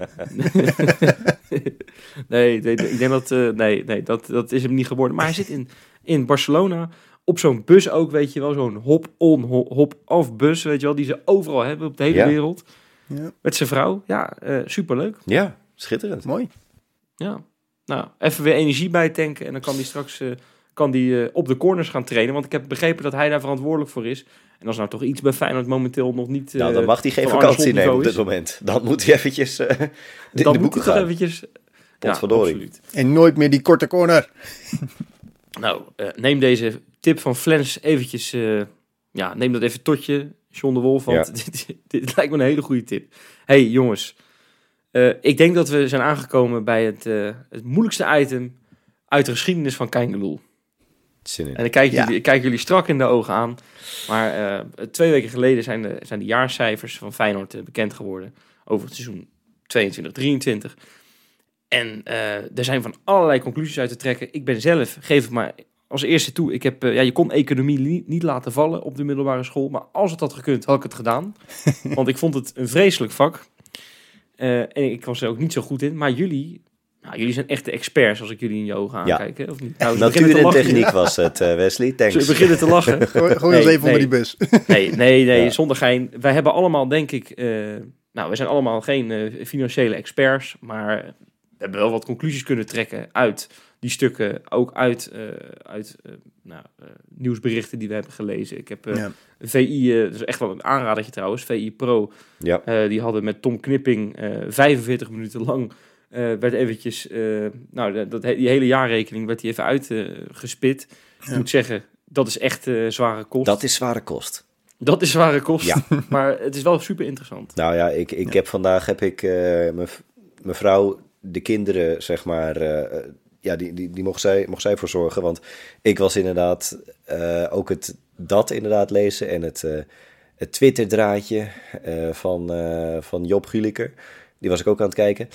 nee, ik denk dat dat is hem niet geworden. Maar hij zit in Barcelona op zo'n bus ook, weet je wel. Zo'n hop-on, hop-off bus, weet je wel. Die ze overal hebben op de hele Ja. wereld. Ja, Met zijn vrouw. Ja, superleuk. Ja, schitterend. mooi. Ja. Nou, even weer energie bij tanken. En dan kan hij straks op de corners gaan trainen. Want ik heb begrepen dat hij daar verantwoordelijk voor is. En als nou toch iets bij Feyenoord momenteel nog niet... Nou, dan mag hij geen van Arne vakantie Slot nemen op niveau dit moment. Dan moet hij eventjes in dan de moet boeken hij toch gaan. eventjes... Potverdorie. absoluut. En nooit meer die korte corner. Nou, neem deze tip van Flens eventjes... neem dat even tot je, John de Wolf. Want dit lijkt me een hele goede tip. Hey jongens. Ik denk dat we zijn aangekomen bij het moeilijkste item uit de geschiedenis van Kein Zin in. En ik kijk jullie strak in de ogen aan. Maar 2 weken geleden zijn de jaarcijfers van Feyenoord bekend geworden. Over het seizoen 22-23. En er zijn van allerlei conclusies uit te trekken. Ik ben zelf, geef het maar als eerste toe. Ik heb, je kon economie niet laten vallen op de middelbare school. Maar als het had gekund, had ik het gedaan. Want ik vond het een vreselijk vak. En ik was er ook niet zo goed in. Maar jullie zijn echte experts als ik jullie in je ogen aankijk. Hè? Of niet? Nou, ze beginnen Natuur te en lachen. techniek was het, Wesley. Thanks. Ze beginnen te lachen. Gooi ons even onder die bus. Nee, Ja. zonder gein. Wij hebben allemaal, denk ik... we zijn allemaal geen financiële experts, maar we hebben wel wat conclusies kunnen trekken uit die stukken. Ook uit nieuwsberichten die we hebben gelezen. Ik heb VI, dat is echt wel een aanradertje trouwens, VI Pro. Ja. Die hadden met Tom Knipping 45 minuten lang... werd eventjes... die hele jaarrekening werd die even uitgespit. Ik moet zeggen, dat is echt zware kost. Dat is zware kost. Dat is zware kost, Ja. maar het is wel super interessant. Nou ja, ik heb vandaag mijn vrouw, de kinderen, zeg maar, die mocht zij voor zorgen. Want ik was inderdaad ook dat inderdaad lezen en het Twitter-draadje van Job Guliker. Die was ik ook aan het kijken.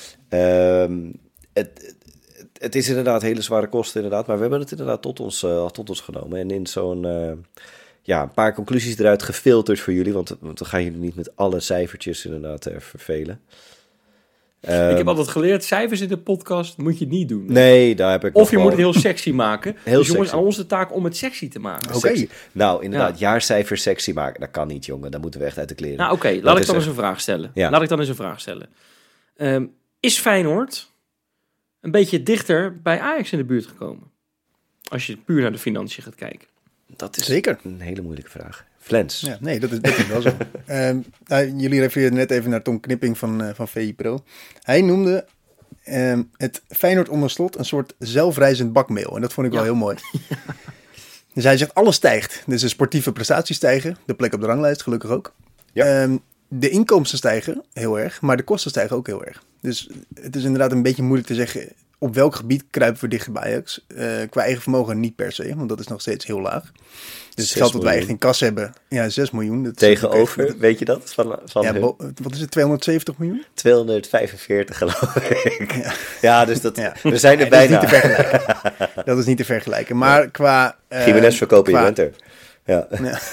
Het is inderdaad hele zware kosten, inderdaad. Maar we hebben het inderdaad tot ons genomen. En in zo'n... een paar conclusies eruit gefilterd voor jullie. Want dan gaan jullie niet met alle cijfertjes inderdaad vervelen. Ik heb altijd geleerd, cijfers in de podcast moet je niet doen. Nee, daar heb ik Of je moet het heel sexy maken. Heel dus jongens, sexy. aan ons de taak om het sexy te maken. Oké. Sexy. Nou, inderdaad, Ja. jaarcijfers sexy maken. Dat kan niet, jongen. Dan moeten we echt uit de kleren. Nou oké, Dat laat ik is dan echt- eens een vraag stellen. Ja. Is Feyenoord een beetje dichter bij Ajax in de buurt gekomen? Als je puur naar de financiën gaat kijken. Dat is Zeker. een hele moeilijke vraag. Flens. Ja, nee, dat is wel zo. Jullie refereerden net even naar Tom Knipping van VI Pro. Hij noemde het Feyenoord onder slot een soort zelfreizend bakmeel. En dat vond ik wel heel mooi. Dus hij zegt, alles stijgt. Dus de sportieve prestaties stijgen. De plek op de ranglijst, gelukkig ook. Ja. De inkomsten stijgen heel erg, maar de kosten stijgen ook heel erg. Dus het is inderdaad een beetje moeilijk te zeggen op welk gebied kruipen we dichter bij Ajax? Qua eigen vermogen niet per se, want dat is nog steeds heel laag. Dus het geld dat wij echt in kas hebben, 6 miljoen. Dat tegenover, echt, weet je dat? Wat is het, 270 miljoen? 245 geloof ik. Ja, dus we zijn er bijna. Dat is niet te vergelijken. Dat is niet te vergelijken. Maar qua... Jiménez verkopen je winter. Ja.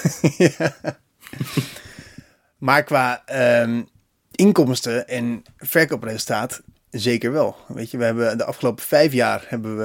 Maar qua inkomsten en verkoopresultaat zeker wel. Weet je, we hebben de afgelopen 5 jaar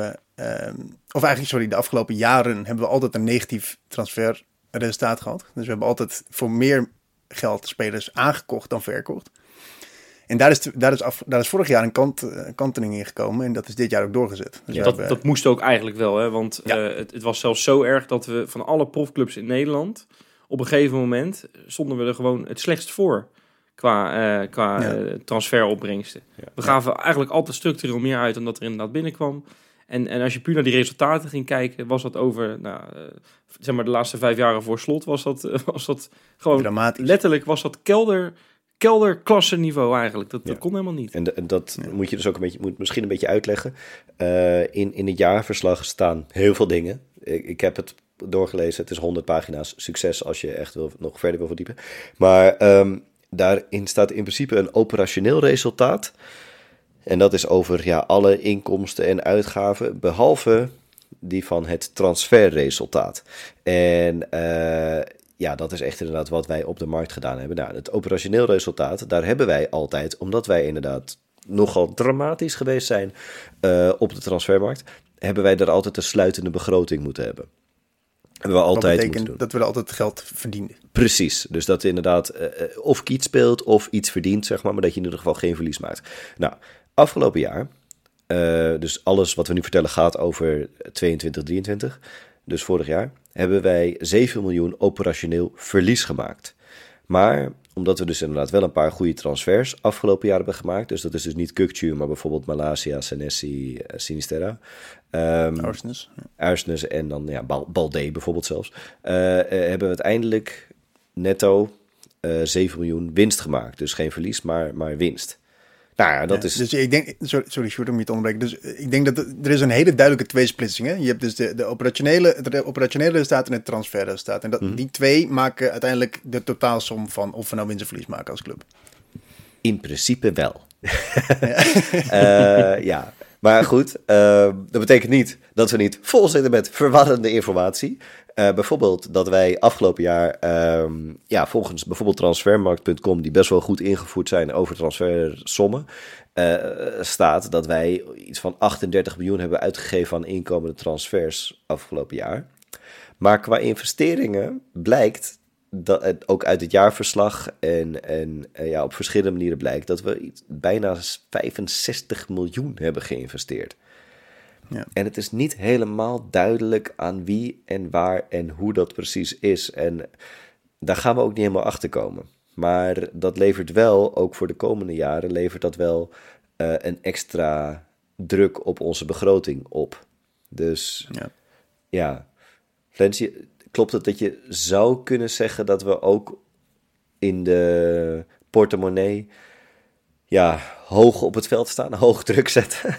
de afgelopen jaren hebben we altijd een negatief transferresultaat gehad. Dus we hebben altijd voor meer geld spelers aangekocht dan verkocht. En daar is vorig jaar een kanteling in gekomen en dat is dit jaar ook doorgezet. Dus dat moest ook eigenlijk wel, hè? Want het was zelfs zo erg dat we van alle profclubs in Nederland op een gegeven moment stonden we er gewoon het slechtst voor qua transferopbrengsten. Ja. We gaven eigenlijk altijd structureel meer uit dan dat er inderdaad binnenkwam. En als je puur naar die resultaten ging kijken, was dat over, zeg maar de laatste 5 jaren voor Slot, was dat gewoon dramatisch. Letterlijk was dat kelderklasse niveau eigenlijk. Dat kon helemaal niet. En dat moet je dus ook misschien een beetje uitleggen. In het jaarverslag staan heel veel dingen. Ik heb het doorgelezen. Het is 100 pagina's. Succes als je echt nog verder wil verdiepen. Maar daarin staat in principe een operationeel resultaat. En dat is over alle inkomsten en uitgaven, behalve die van het transferresultaat. En dat is echt inderdaad wat wij op de markt gedaan hebben. Nou, het operationeel resultaat, daar hebben wij altijd, omdat wij inderdaad nogal dramatisch geweest zijn op de transfermarkt, hebben wij daar altijd een sluitende begroting moeten hebben. Hebben we altijd dat betekent dat we er altijd geld verdienen. Precies, dus dat inderdaad of kiet speelt of iets verdient, zeg maar dat je in ieder geval geen verlies maakt. Nou, afgelopen jaar, dus alles wat we nu vertellen gaat over 22, 23, dus vorig jaar, hebben wij 7 miljoen operationeel verlies gemaakt. Maar omdat we dus inderdaad wel een paar goede transfers afgelopen jaar hebben gemaakt, dus dat is dus niet Kökçü, maar bijvoorbeeld Malacia, Senesi, Sinisterra. Arsnes en dan Balde bijvoorbeeld zelfs. Hebben we uiteindelijk netto 7 miljoen winst gemaakt. Dus geen verlies, maar winst. Nou ja, dat is... Dus ik denk... Sorry, Sjoerd, om je te onderbreken. Dus ik denk dat er is een hele duidelijke tweesplitsing. Hè? Je hebt dus de operationele resultaat en het transferresultaat. En die twee maken uiteindelijk de totaalsom van of we nou winst of verlies maken als club. In principe wel. Maar goed, dat betekent niet dat we niet vol zitten met verwarrende informatie. Bijvoorbeeld dat wij afgelopen jaar, volgens bijvoorbeeld transfermarkt.com, die best wel goed ingevoerd zijn over transfersommen, staat dat wij iets van 38 miljoen hebben uitgegeven aan inkomende transfers afgelopen jaar. Maar qua investeringen blijkt, dat ook uit het jaarverslag en op verschillende manieren blijkt dat we bijna 65 miljoen hebben geïnvesteerd. Ja. En het is niet helemaal duidelijk aan wie en waar en hoe dat precies is. En daar gaan we ook niet helemaal achter komen. Maar dat levert wel, ook voor de komende jaren, levert dat wel een extra druk op onze begroting op. Dus Flens, klopt het dat je zou kunnen zeggen dat we ook in de portemonnee hoog op het veld staan, hoog druk zetten?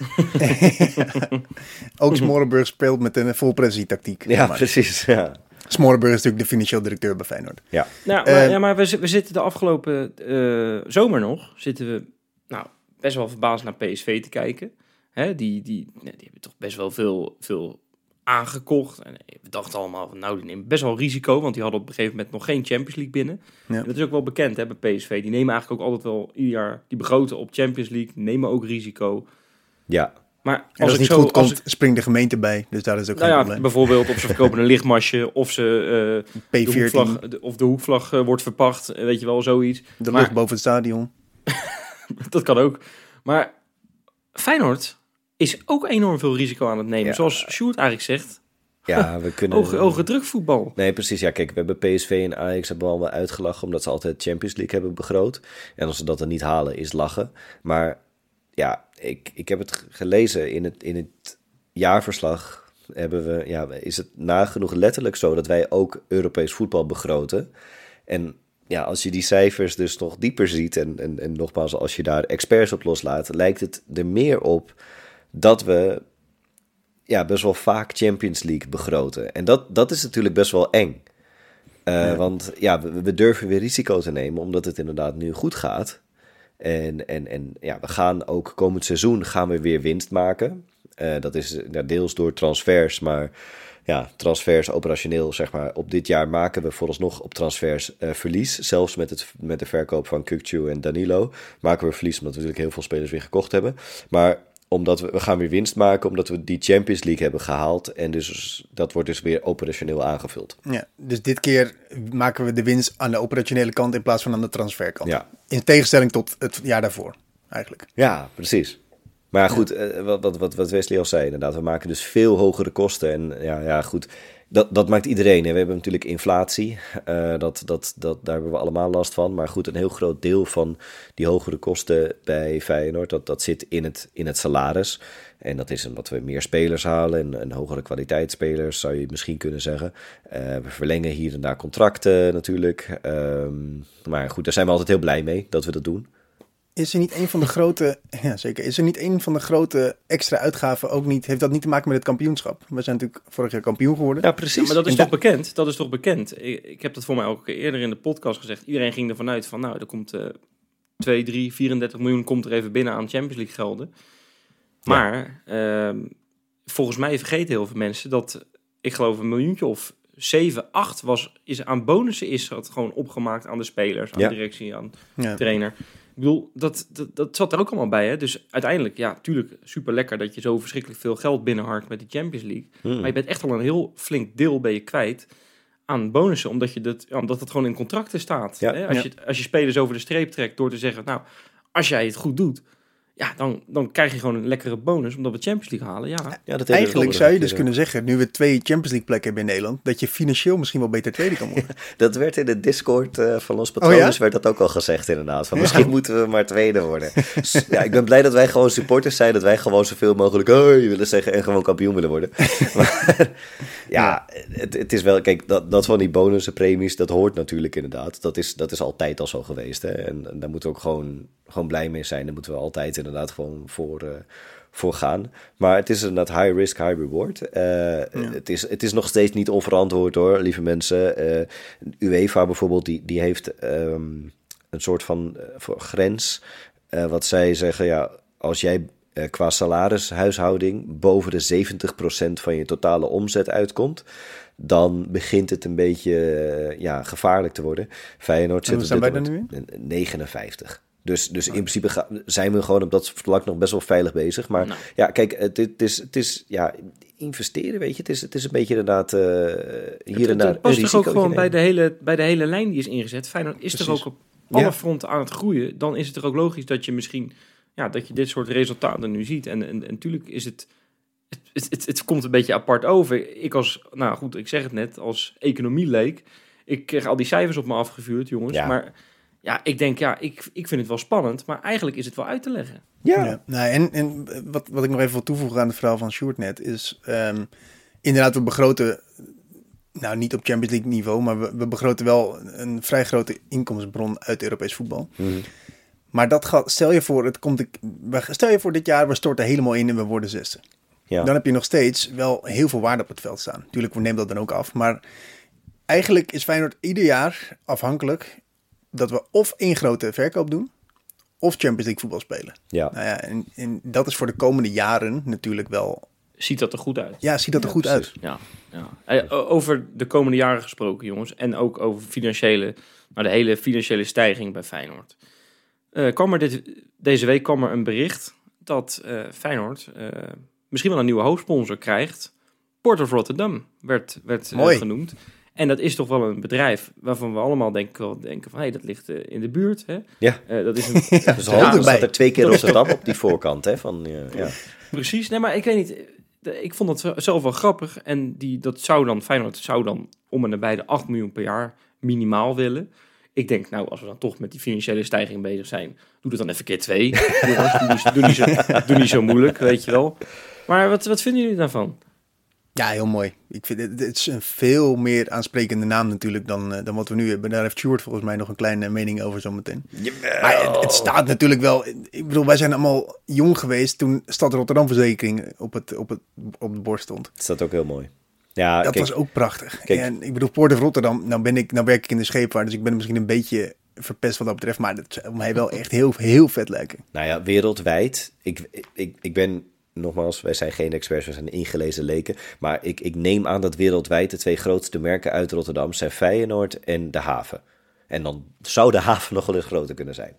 Ook Smorenburg speelt met een volpressietactiek. Ja, precies. Ja. Smorenburg is natuurlijk de financieel directeur bij Feyenoord. Ja. Maar we zitten de afgelopen zomer nog, best wel verbaasd naar PSV te kijken. Hè, die hebben toch best wel veel aangekocht. En we dachten allemaal van, die nemen best wel risico, want die hadden op een gegeven moment nog geen Champions League binnen. Ja. En dat is ook wel bekend bij PSV. Die nemen eigenlijk ook altijd wel ieder jaar, die begroten op Champions League, nemen ook risico. Ja. Maar als het niet goed komt, springt de gemeente bij. Dus daar is ook geen probleem. Bijvoorbeeld of ze verkopen een lichtmasje, of ze P14 de hoekvlag wordt verpacht, weet je wel, zoiets. De lucht boven het stadion. Dat kan ook. Maar Feyenoord is ook enorm veel risico aan het nemen. Zoals Sjoerd eigenlijk zegt. Ja, we kunnen... Hoge drukvoetbal. Nee, precies. Ja, kijk, we hebben PSV en Ajax hebben we allemaal uitgelachen, omdat ze altijd Champions League hebben begroot. En als ze dat dan niet halen, is lachen. Maar ik heb het gelezen in het jaarverslag. Is het nagenoeg letterlijk zo dat wij ook Europees voetbal begroten. En als je die cijfers dus nog dieper ziet en nogmaals, als je daar experts op loslaat, lijkt het er meer op dat we best wel vaak Champions League begroten. En dat is natuurlijk best wel eng. Want we durven weer risico te nemen, omdat het inderdaad nu goed gaat. En we gaan ook komend seizoen gaan we weer winst maken. Dat is deels door transfers, maar transfers operationeel, zeg maar. Op dit jaar maken we vooralsnog op transfers verlies. Zelfs met de verkoop van Kukçu en Danilo maken we verlies, omdat we natuurlijk heel veel spelers weer gekocht hebben. Maar omdat we gaan weer winst maken, omdat we die Champions League hebben gehaald. En dus dat wordt dus weer operationeel aangevuld. Ja, dus dit keer maken we de winst aan de operationele kant in plaats van aan de transferkant. Ja. In tegenstelling tot het jaar daarvoor, eigenlijk. Ja, precies. Maar goed, wat Wesley al zei, inderdaad, we maken dus veel hogere kosten. En goed, dat maakt iedereen. Hè. We hebben natuurlijk inflatie, daar hebben we allemaal last van. Maar goed, een heel groot deel van die hogere kosten bij Feyenoord, dat zit in het salaris. En dat is omdat we meer spelers halen en hogere kwaliteitsspelers, zou je misschien kunnen zeggen. We verlengen hier en daar contracten natuurlijk. Maar goed, daar zijn we altijd heel blij mee dat we dat doen. Is er niet een van de grote, ja zeker, is er niet een van de grote extra uitgaven ook niet, heeft dat niet te maken met het kampioenschap? We zijn natuurlijk vorig jaar kampioen geworden. Ja, precies. Ja, maar dat is toch bekend? Dat is toch bekend? Ik heb dat voor mij ook eerder in de podcast gezegd. Iedereen ging ervan uit van, er komt 2, 3, 34 miljoen komt er even binnen aan Champions League gelden. Maar volgens mij vergeten heel veel mensen dat, ik geloof een miljoentje of 7, 8 is aan bonussen is het gewoon opgemaakt aan de spelers, aan de directie, aan de trainer. Ik bedoel, dat zat er ook allemaal bij, hè? Dus uiteindelijk, tuurlijk, super lekker dat je zo verschrikkelijk veel geld binnenharkt met de Champions League. Maar je bent echt al een heel flink deel kwijt aan bonussen, omdat het gewoon in contracten staat. Ja. Hè? Als je spelers over de streep trekt door te zeggen, als jij het goed doet, dan krijg je gewoon een lekkere bonus omdat we Champions League halen. Ja, dat eigenlijk zou je dus kunnen zeggen, nu we 2 Champions League plekken hebben in Nederland, dat je financieel misschien wel beter tweede kan worden. Dat werd in de Discord van Los Patrones werd dat ook al gezegd inderdaad. Van misschien moeten we maar tweede worden. Ik ben blij dat wij gewoon supporters zijn, dat wij gewoon zoveel mogelijk willen zeggen en gewoon kampioen willen worden. Maar het is wel, kijk, dat van die bonussen, premies, dat hoort natuurlijk inderdaad. Dat is altijd al zo geweest. Hè? En daar moeten we ook gewoon blij mee zijn. Daar moeten we altijd inderdaad gewoon voor gaan. Maar het is inderdaad high risk, high reward. Het is nog steeds niet onverantwoord hoor, lieve mensen. UEFA bijvoorbeeld, die heeft een soort van grens. Wat zij zeggen, als jij qua salarishuishouding boven de 70% van je totale omzet uitkomt, dan begint het een beetje gevaarlijk te worden. Feyenoord zit op dit moment 59. Dus in principe zijn we gewoon op dat vlak nog best wel veilig bezig. Maar kijk, het is investeren, weet je. Het is een beetje inderdaad hier en daar. Het past toch ook gewoon bij de hele lijn die is ingezet. Feyenoord is er ook op alle fronten aan het groeien. Dan is het er ook logisch dat je misschien dat je dit soort resultaten nu ziet. En natuurlijk is het komt een beetje apart over. Ik zeg het net, als economieleek, ik kreeg al die cijfers op me afgevuurd, jongens. Ja. Maar ik denk, ik vind het wel spannend, maar eigenlijk is het wel uit te leggen. Ja. En wat ik nog even wil toevoegen aan het verhaal van Sjoerd net, is inderdaad, we begroten, niet op Champions League niveau, maar we begroten wel een vrij grote inkomensbron uit Europees voetbal. Mm-hmm. Maar stel je voor dit jaar, we storten helemaal in en we worden 6e. Ja. Dan heb je nog steeds wel heel veel waarde op het veld staan. Tuurlijk, we nemen dat dan ook af, maar eigenlijk is Feyenoord ieder jaar afhankelijk dat we of 1 grote verkoop doen, of Champions League voetbal spelen. Ja. En dat is voor de komende jaren natuurlijk wel. Ziet dat er goed uit? Ja, ziet dat er goed uit. Ja. Over de komende jaren gesproken, jongens. En ook over de hele financiële stijging bij Feyenoord. Deze week kwam er een bericht dat Feyenoord misschien wel een nieuwe hoofdsponsor krijgt. Port of Rotterdam werd genoemd. En dat is toch wel een bedrijf waarvan we allemaal denken van, dat ligt in de buurt. Hè? Ja. Dat is dus staat er 2 keer Rotterdam op die voorkant. Hè? Precies. Nee, maar ik weet niet. Ik vond dat zelf wel grappig. En Feyenoord zou dan om en nabij de 8 miljoen per jaar minimaal willen. Ik denk, als we dan toch met die financiële stijging bezig zijn, doe het dan even keer 2. Jongens, doe niet zo moeilijk, weet je wel. Maar wat vinden jullie daarvan? Ja, heel mooi. Ik vind het is een veel meer aansprekende naam natuurlijk dan wat we nu hebben. Daar heeft Sjoerd volgens mij nog een kleine mening over zometeen. Maar het staat natuurlijk wel... Ik bedoel, wij zijn allemaal jong geweest toen Stad Rotterdam Verzekering op de borst stond. Het staat ook heel mooi. Ja, dat was ook prachtig. En ik bedoel, Port of Rotterdam, nou werk ik in de scheepvaart, dus ik ben misschien een beetje verpest wat dat betreft, maar dat zou mij wel echt heel, heel vet lijken. Nou ja, wereldwijd. Ik ben... Nogmaals, wij zijn geen experts, we zijn ingelezen leken. Maar ik neem aan dat wereldwijd de 2 grootste merken uit Rotterdam zijn Feyenoord en de haven. En dan zou de haven nog wel eens groter kunnen zijn.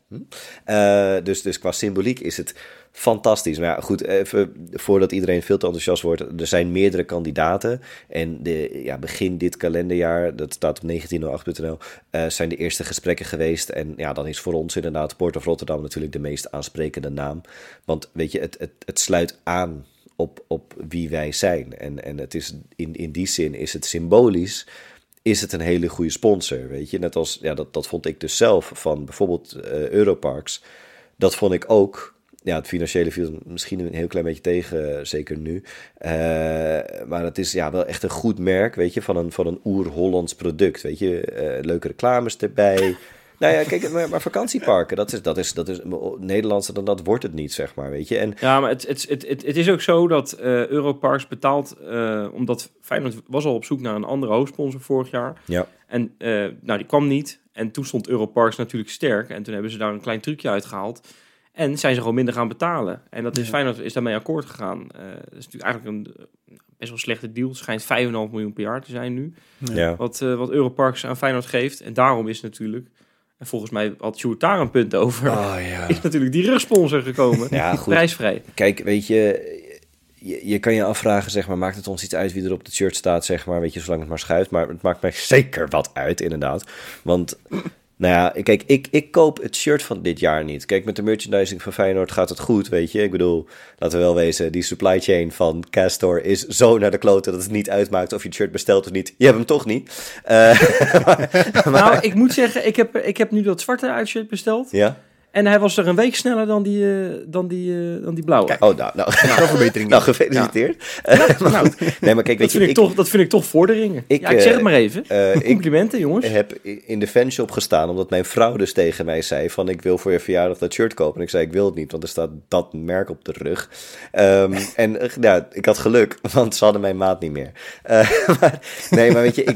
Dus qua symboliek is het fantastisch. Maar ja, goed, even voordat iedereen veel te enthousiast wordt. Er zijn meerdere kandidaten. En begin dit kalenderjaar, dat staat op 1908.nl, zijn de eerste gesprekken geweest. En ja, dan is voor ons inderdaad Port of Rotterdam natuurlijk de meest aansprekende naam. Want weet je, het sluit aan op wie wij zijn. En het is in die zin is het symbolisch. Is het een hele goede sponsor, weet je? Net als, dat vond ik dus zelf van bijvoorbeeld Europarks. Dat vond ik ook. Ja, het financiële viel misschien een heel klein beetje tegen, zeker nu. Maar het is wel echt een goed merk, weet je, van een oer-Hollands product, weet je. Leuke reclames erbij. Nou ja, kijk, maar vakantieparken, dat is Nederlandse dan dat wordt het niet, zeg maar, weet je. En ja, maar het is ook zo dat Europarks betaalt, omdat Feyenoord was al op zoek naar een andere hoofdsponsor vorig jaar. Ja. En die kwam niet. En toen stond Europarks natuurlijk sterk. En toen hebben ze daar een klein trucje uitgehaald. En zijn ze gewoon minder gaan betalen. En dat is Feyenoord is daarmee akkoord gegaan. Dat is natuurlijk eigenlijk een best wel slechte deal. Het schijnt 5,5 miljoen per jaar te zijn nu. Ja. Wat Europarks aan Feyenoord geeft. En daarom is natuurlijk... En volgens mij had Sjoerd daar een punt over. Is natuurlijk die rugsponsor gekomen. Ja, goed. Prijsvrij. Kijk, weet je kan je afvragen, zeg maar, maakt het ons iets uit wie er op het shirt staat, zeg maar, weet je, zolang het maar schuift. Maar het maakt mij zeker wat uit, inderdaad. Want, nou ja, kijk, ik koop het shirt van dit jaar niet. Kijk, met de merchandising van Feyenoord gaat het goed, weet je. Ik bedoel, laten we wel wezen, die supply chain van Castor is zo naar de kloten dat het niet uitmaakt of je het shirt bestelt of niet. Je hebt hem toch niet. Nou, ik moet zeggen, ik heb nu dat zwarte uitshirt besteld. Ja. En hij was er een week sneller dan die blauwe. Kijk, nou, verbetering. Nou, gefeliciteerd. Ja. Nee, maar kijk, dat vind ik toch vorderingen. Ik zeg het maar even. Complimenten, jongens. Ik heb in de fanshop gestaan, omdat mijn vrouw dus tegen mij zei van, ik wil voor je verjaardag dat shirt kopen. En ik zei, ik wil het niet, want er staat dat merk op de rug. Ik had geluk, want ze hadden mijn maat niet meer. Maar weet je,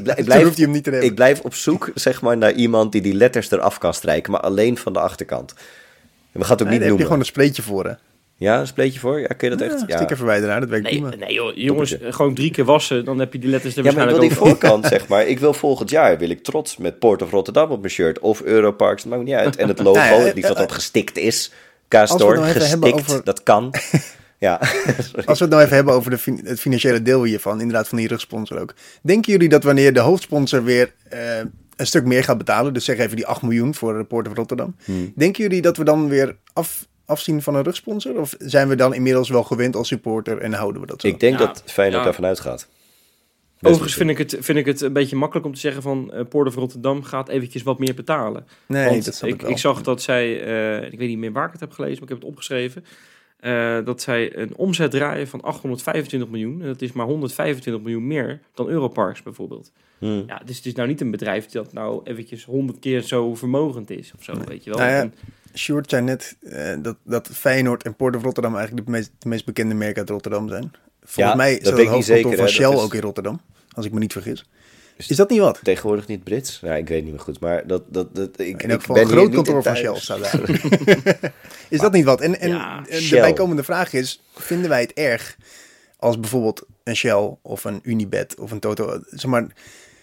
ik blijf op zoek, zeg maar, naar iemand die letters eraf kan strijken, maar alleen van de achterkant. We gaan het ook niet noemen. Daar heb je gewoon een spleetje voor, hè? Ja, een spleetje voor? Ja, kun je dat echt? Ja, sticker verwijderen, dat werkt prima. Nee joh, jongens, gewoon 3 keer wassen, dan heb je die letters er waarschijnlijk ook. Ja, maar ik wil die voorkant, zeg maar. Ik wil volgend jaar, wil ik trots met Port of Rotterdam op mijn shirt, of Europarks, dat maakt niet uit. En het logo, het liefst dat gestikt is. Castor, gestikt, dat kan. Ja. Als we het nou even hebben over het financiële deel hiervan, inderdaad van die rugsponsor ook. Denken jullie dat wanneer de hoofdsponsor weer een stuk meer gaat betalen, dus zeg even die 8 miljoen voor Port of Rotterdam, denken jullie dat we dan weer afzien van een rugsponsor? Of zijn we dan inmiddels wel gewend als supporter en houden we dat zo? Ik denk dat Feyenoord daarvan uitgaat. Overigens vind ik het een beetje makkelijk om te zeggen van Port of Rotterdam gaat eventjes wat meer betalen. Nee, want dat snap ik wel. Ik zag dat zij, ik weet niet meer waar ik het heb gelezen, maar ik heb het opgeschreven, dat zij een omzet draaien van 825 miljoen. En dat is maar 125 miljoen meer dan Europarks bijvoorbeeld. Ja, dus het is nou niet een bedrijf dat nou eventjes 100 keer zo vermogend is of zo, weet je wel. Nou ja, Sjoerd zei net dat Feyenoord en Port of Rotterdam eigenlijk de meest bekende merken uit Rotterdam zijn. Volgens mij is dat het hoofdkantoor van Shell ook in Rotterdam, als ik me niet vergis. Is dat niet wat? Tegenwoordig niet Brits? Ja, ik weet niet meer goed, maar ik in elk geval een groot kantoor van Shell staat daar. Is dat niet wat? En de bijkomende vraag is, vinden wij het erg als bijvoorbeeld een Shell of een Unibet of een Toto, zeg maar,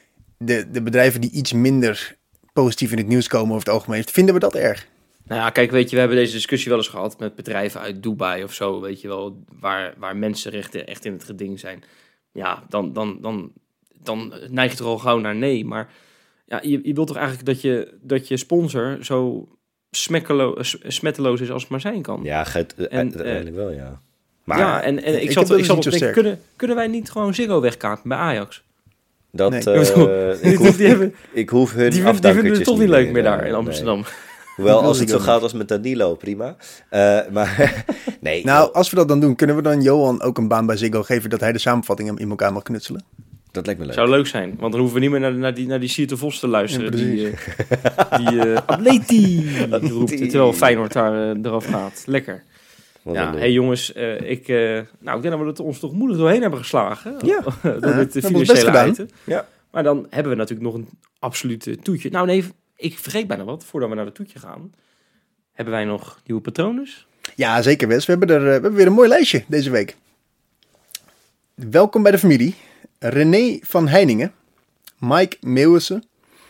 de bedrijven die iets minder positief in het nieuws komen over het algemeen, vinden we dat erg? Nou ja, kijk, weet je, we hebben deze discussie wel eens gehad met bedrijven uit Dubai of zo, weet je wel, waar mensenrechten echt in het geding zijn. Ja, dan neig je toch al gauw naar nee. Maar ja, je wilt toch eigenlijk dat je sponsor zo smetteloos is als het maar zijn kan. Ja, uiteindelijk wel, ja. Maar ja, en ik zat op te denken, kunnen wij niet gewoon Ziggo wegkapen bij Ajax? Dat, nee. ik hoef hun die vinden het toch niet leuk meer daar in Amsterdam. Hoewel, Ik wil als het zo Ziggo gaat als met Danilo, prima. Maar nee. Nou, als we dat dan doen, kunnen we dan Johan ook een baan bij Ziggo geven dat hij de samenvattingen in elkaar mag knutselen? dat lijkt me leuk. Zou leuk zijn, want dan hoeven we niet meer naar die Sierte Vos te luisteren. Ja, die Atleti roept, terwijl Feyenoord daar eraf gaat. Lekker. Wat Ja, een lol. hey jongens, ik denk dat we het ons toch moedig doorheen hebben geslagen. Ja. Door dit we hebben ons best financiële gedaan. item. Ja. Maar dan hebben we natuurlijk nog een absolute toetje. Nou nee, ik vergeet bijna wat. Voordat we naar de toetje gaan, hebben wij nog nieuwe patronen. Ja, zeker Wes. We hebben weer een mooi lijstje deze week. Welkom bij de familie. René van Heiningen. Mike Meeuwissen.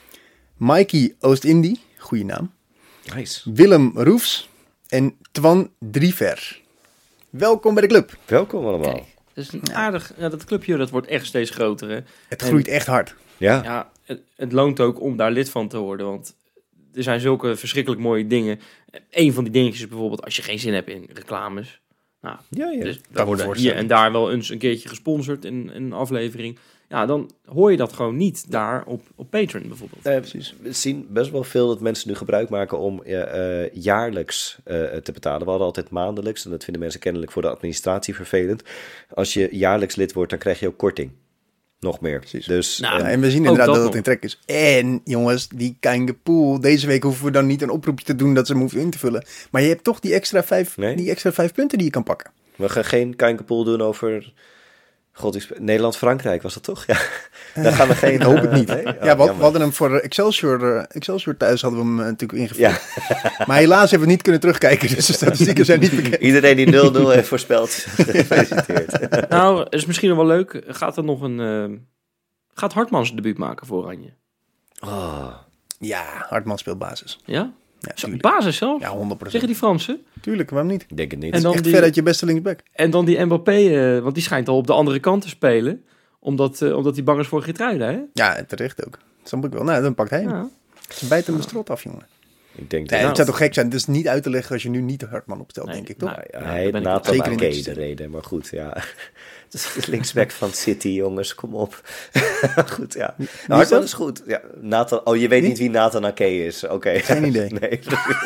Mikey Oost-Indie. Goeie naam. Nice. Willem Roefs. En Twan Driever. Welkom bij de club. Welkom allemaal. Kijk, dat is een aardig... Ja, dat clubje dat wordt echt steeds groter. Hè? Het groeit echt hard. Ja. Ja, het loont ook om daar lid van te worden. Want er zijn zulke verschrikkelijk mooie dingen. Eén van die dingetjes is bijvoorbeeld als je geen zin hebt in reclames. Nou, Ja, ja. dus me daar worden hier voorstellen. en daar wel eens een keertje gesponsord in een aflevering. Ja, dan hoor je dat gewoon niet daar op Patreon bijvoorbeeld. Precies. We zien best wel veel dat mensen nu gebruik maken om jaarlijks te betalen. We hadden altijd maandelijks en dat vinden mensen kennelijk voor de administratie vervelend. Als je jaarlijks lid wordt, dan krijg je ook korting. Nog meer. Precies. Dus Nou, Ja, en we zien ook inderdaad dat dat het nog. in trek is. En jongens, die Kangepool. Deze week hoeven we dan niet een oproepje te doen dat ze hem hoeven in te vullen. Maar je hebt toch die extra 5 punten die je kan pakken. we gaan geen Kankerpool doen over... Nederland-Frankrijk was dat toch? Ja. Daar gaan we geen... Ik hoop het niet. nee? Oh, Ja, we jammer. hadden hem voor Excelsior thuis hadden we hem natuurlijk ingevuld. Ja. Maar helaas hebben we het niet kunnen terugkijken. Dus de statistieken zijn niet bekend. Iedereen die 0-0 heeft voorspeld, gefeliciteerd. Nou, het is misschien nog wel leuk. Gaat er nog een... gaat Hartmans debuut maken voor Oranje? Oh, Ja, Hartman speelt basis. Ja? Ja, Zo, tuurlijk. basis zelf? Ja, 100%. Zeggen die Fransen? Tuurlijk, waarom niet? ik denk het niet. En dan Echt die- ver uit je beste linksback. En dan die Mbappé, want die schijnt al op de andere kant te spelen. Omdat hij bang is voor Geertruiden, hè? Ja, en terecht ook. Dat snap ik wel. Nou, dan pakt hij hem. Ja. Ze bijten hem de strot af, jongen. Ik denk Nee, dat... het zou toch gek zijn. Het is niet uit te leggen als je nu niet Hartman opstelt, Nee, denk ik, toch? nou, Ja, Ja, hij daar heeft ben ik Nathan zeker in Ake de interesseerd. reden, maar goed, ja. Het is de linksback van City, jongens, kom op. Goed, ja. Wie Nou, is dat dat? is goed. Ja, Nathan, oh, je weet Wie? niet wie Nathan Ake is. Oké. Geen idee. Nee.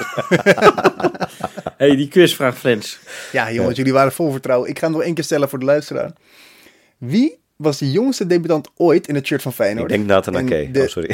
Hey, die quizvraag, Flens. Ja, jongens, jullie waren vol vertrouwen. Ik ga hem nog één keer stellen voor de luisteraar. Wie was de jongste debutant ooit in het shirt van Ik Feyenoord? denk Nathan En Ake. de- Oh, sorry.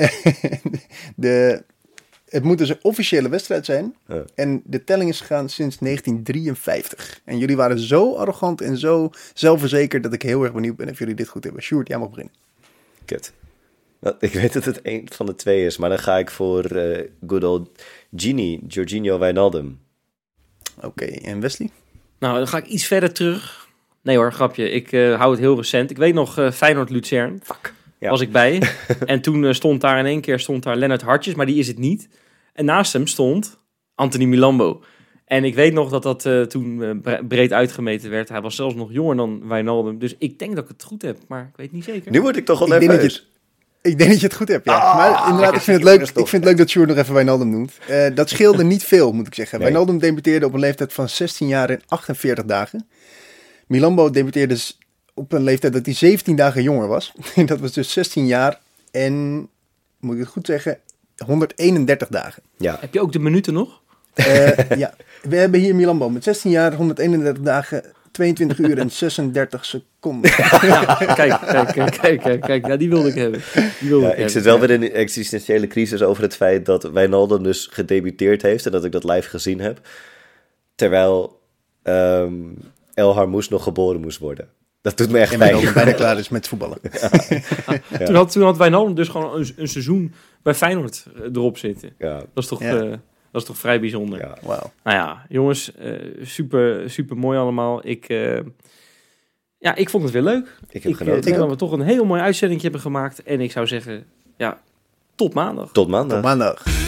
Het moet dus een officiële wedstrijd zijn. Ja. En de telling is gegaan sinds 1953. En jullie waren zo arrogant en zo zelfverzekerd dat ik heel erg benieuwd ben of jullie dit goed hebben. Sjoerd, jij mag beginnen. Kut. Nou, ik weet dat het een van de twee is, maar dan ga ik voor good old Jorginho Wijnaldum. Oké, en Wesley? Nou, dan ga ik iets verder terug. Nee hoor, grapje. Ik hou het heel recent. Ik weet nog Feyenoord-Luzern. Ja. Was ik bij. En toen stond daar in één keer Lennart Hartjes, maar die is het niet. En naast hem stond Anthony Milambo. En ik weet nog dat toen breed uitgemeten werd. Hij was zelfs nog jonger dan Wijnaldum. Dus ik denk dat ik het goed heb, maar ik weet niet zeker. Nu word ik toch wel Ik denk dat nerveus. Ik denk dat je het goed hebt, ja. Ah, maar inderdaad, lekker ik vind het stukje leuk, stof. ik vind het leuk dat Sjoerd nog even Wijnaldum noemt. Dat scheelde niet veel, moet ik zeggen. Nee. Wijnaldum debuteerde op een leeftijd van 16 jaar en 48 dagen. Milambo debuteerde op een leeftijd dat hij 17 dagen jonger was. Dat was dus 16 jaar en, moet ik het goed zeggen, 131 dagen. Ja, Heb je ook de minuten nog? Ja, we hebben hier Milambo met 16 jaar, 131 dagen, 22 uur en 36 seconden. Ja, kijk. Ja, die wilde ik hebben. Die wilde ja, ik ik hebben. zit wel weer in een existentiële crisis over het feit dat Wijnaldum dus gedebuteerd heeft en dat ik dat live gezien heb. Terwijl El Harmoes nog geboren moest worden. Dat doet me echt En pijn. Wijnaldum bijna klaar is met voetballen. Toen had Wijnaldum dus gewoon een seizoen bij Feyenoord erop zitten. Ja, Dat is toch, Ja. dat is toch vrij bijzonder. ja. Wauw. Nou ja, jongens, super mooi allemaal. Ik vond het weer leuk. Ik heb Ik genoten. denk dat we toch een heel mooi uitzending hebben gemaakt. En ik zou zeggen, ja, tot maandag. Tot maandag. Tot maandag.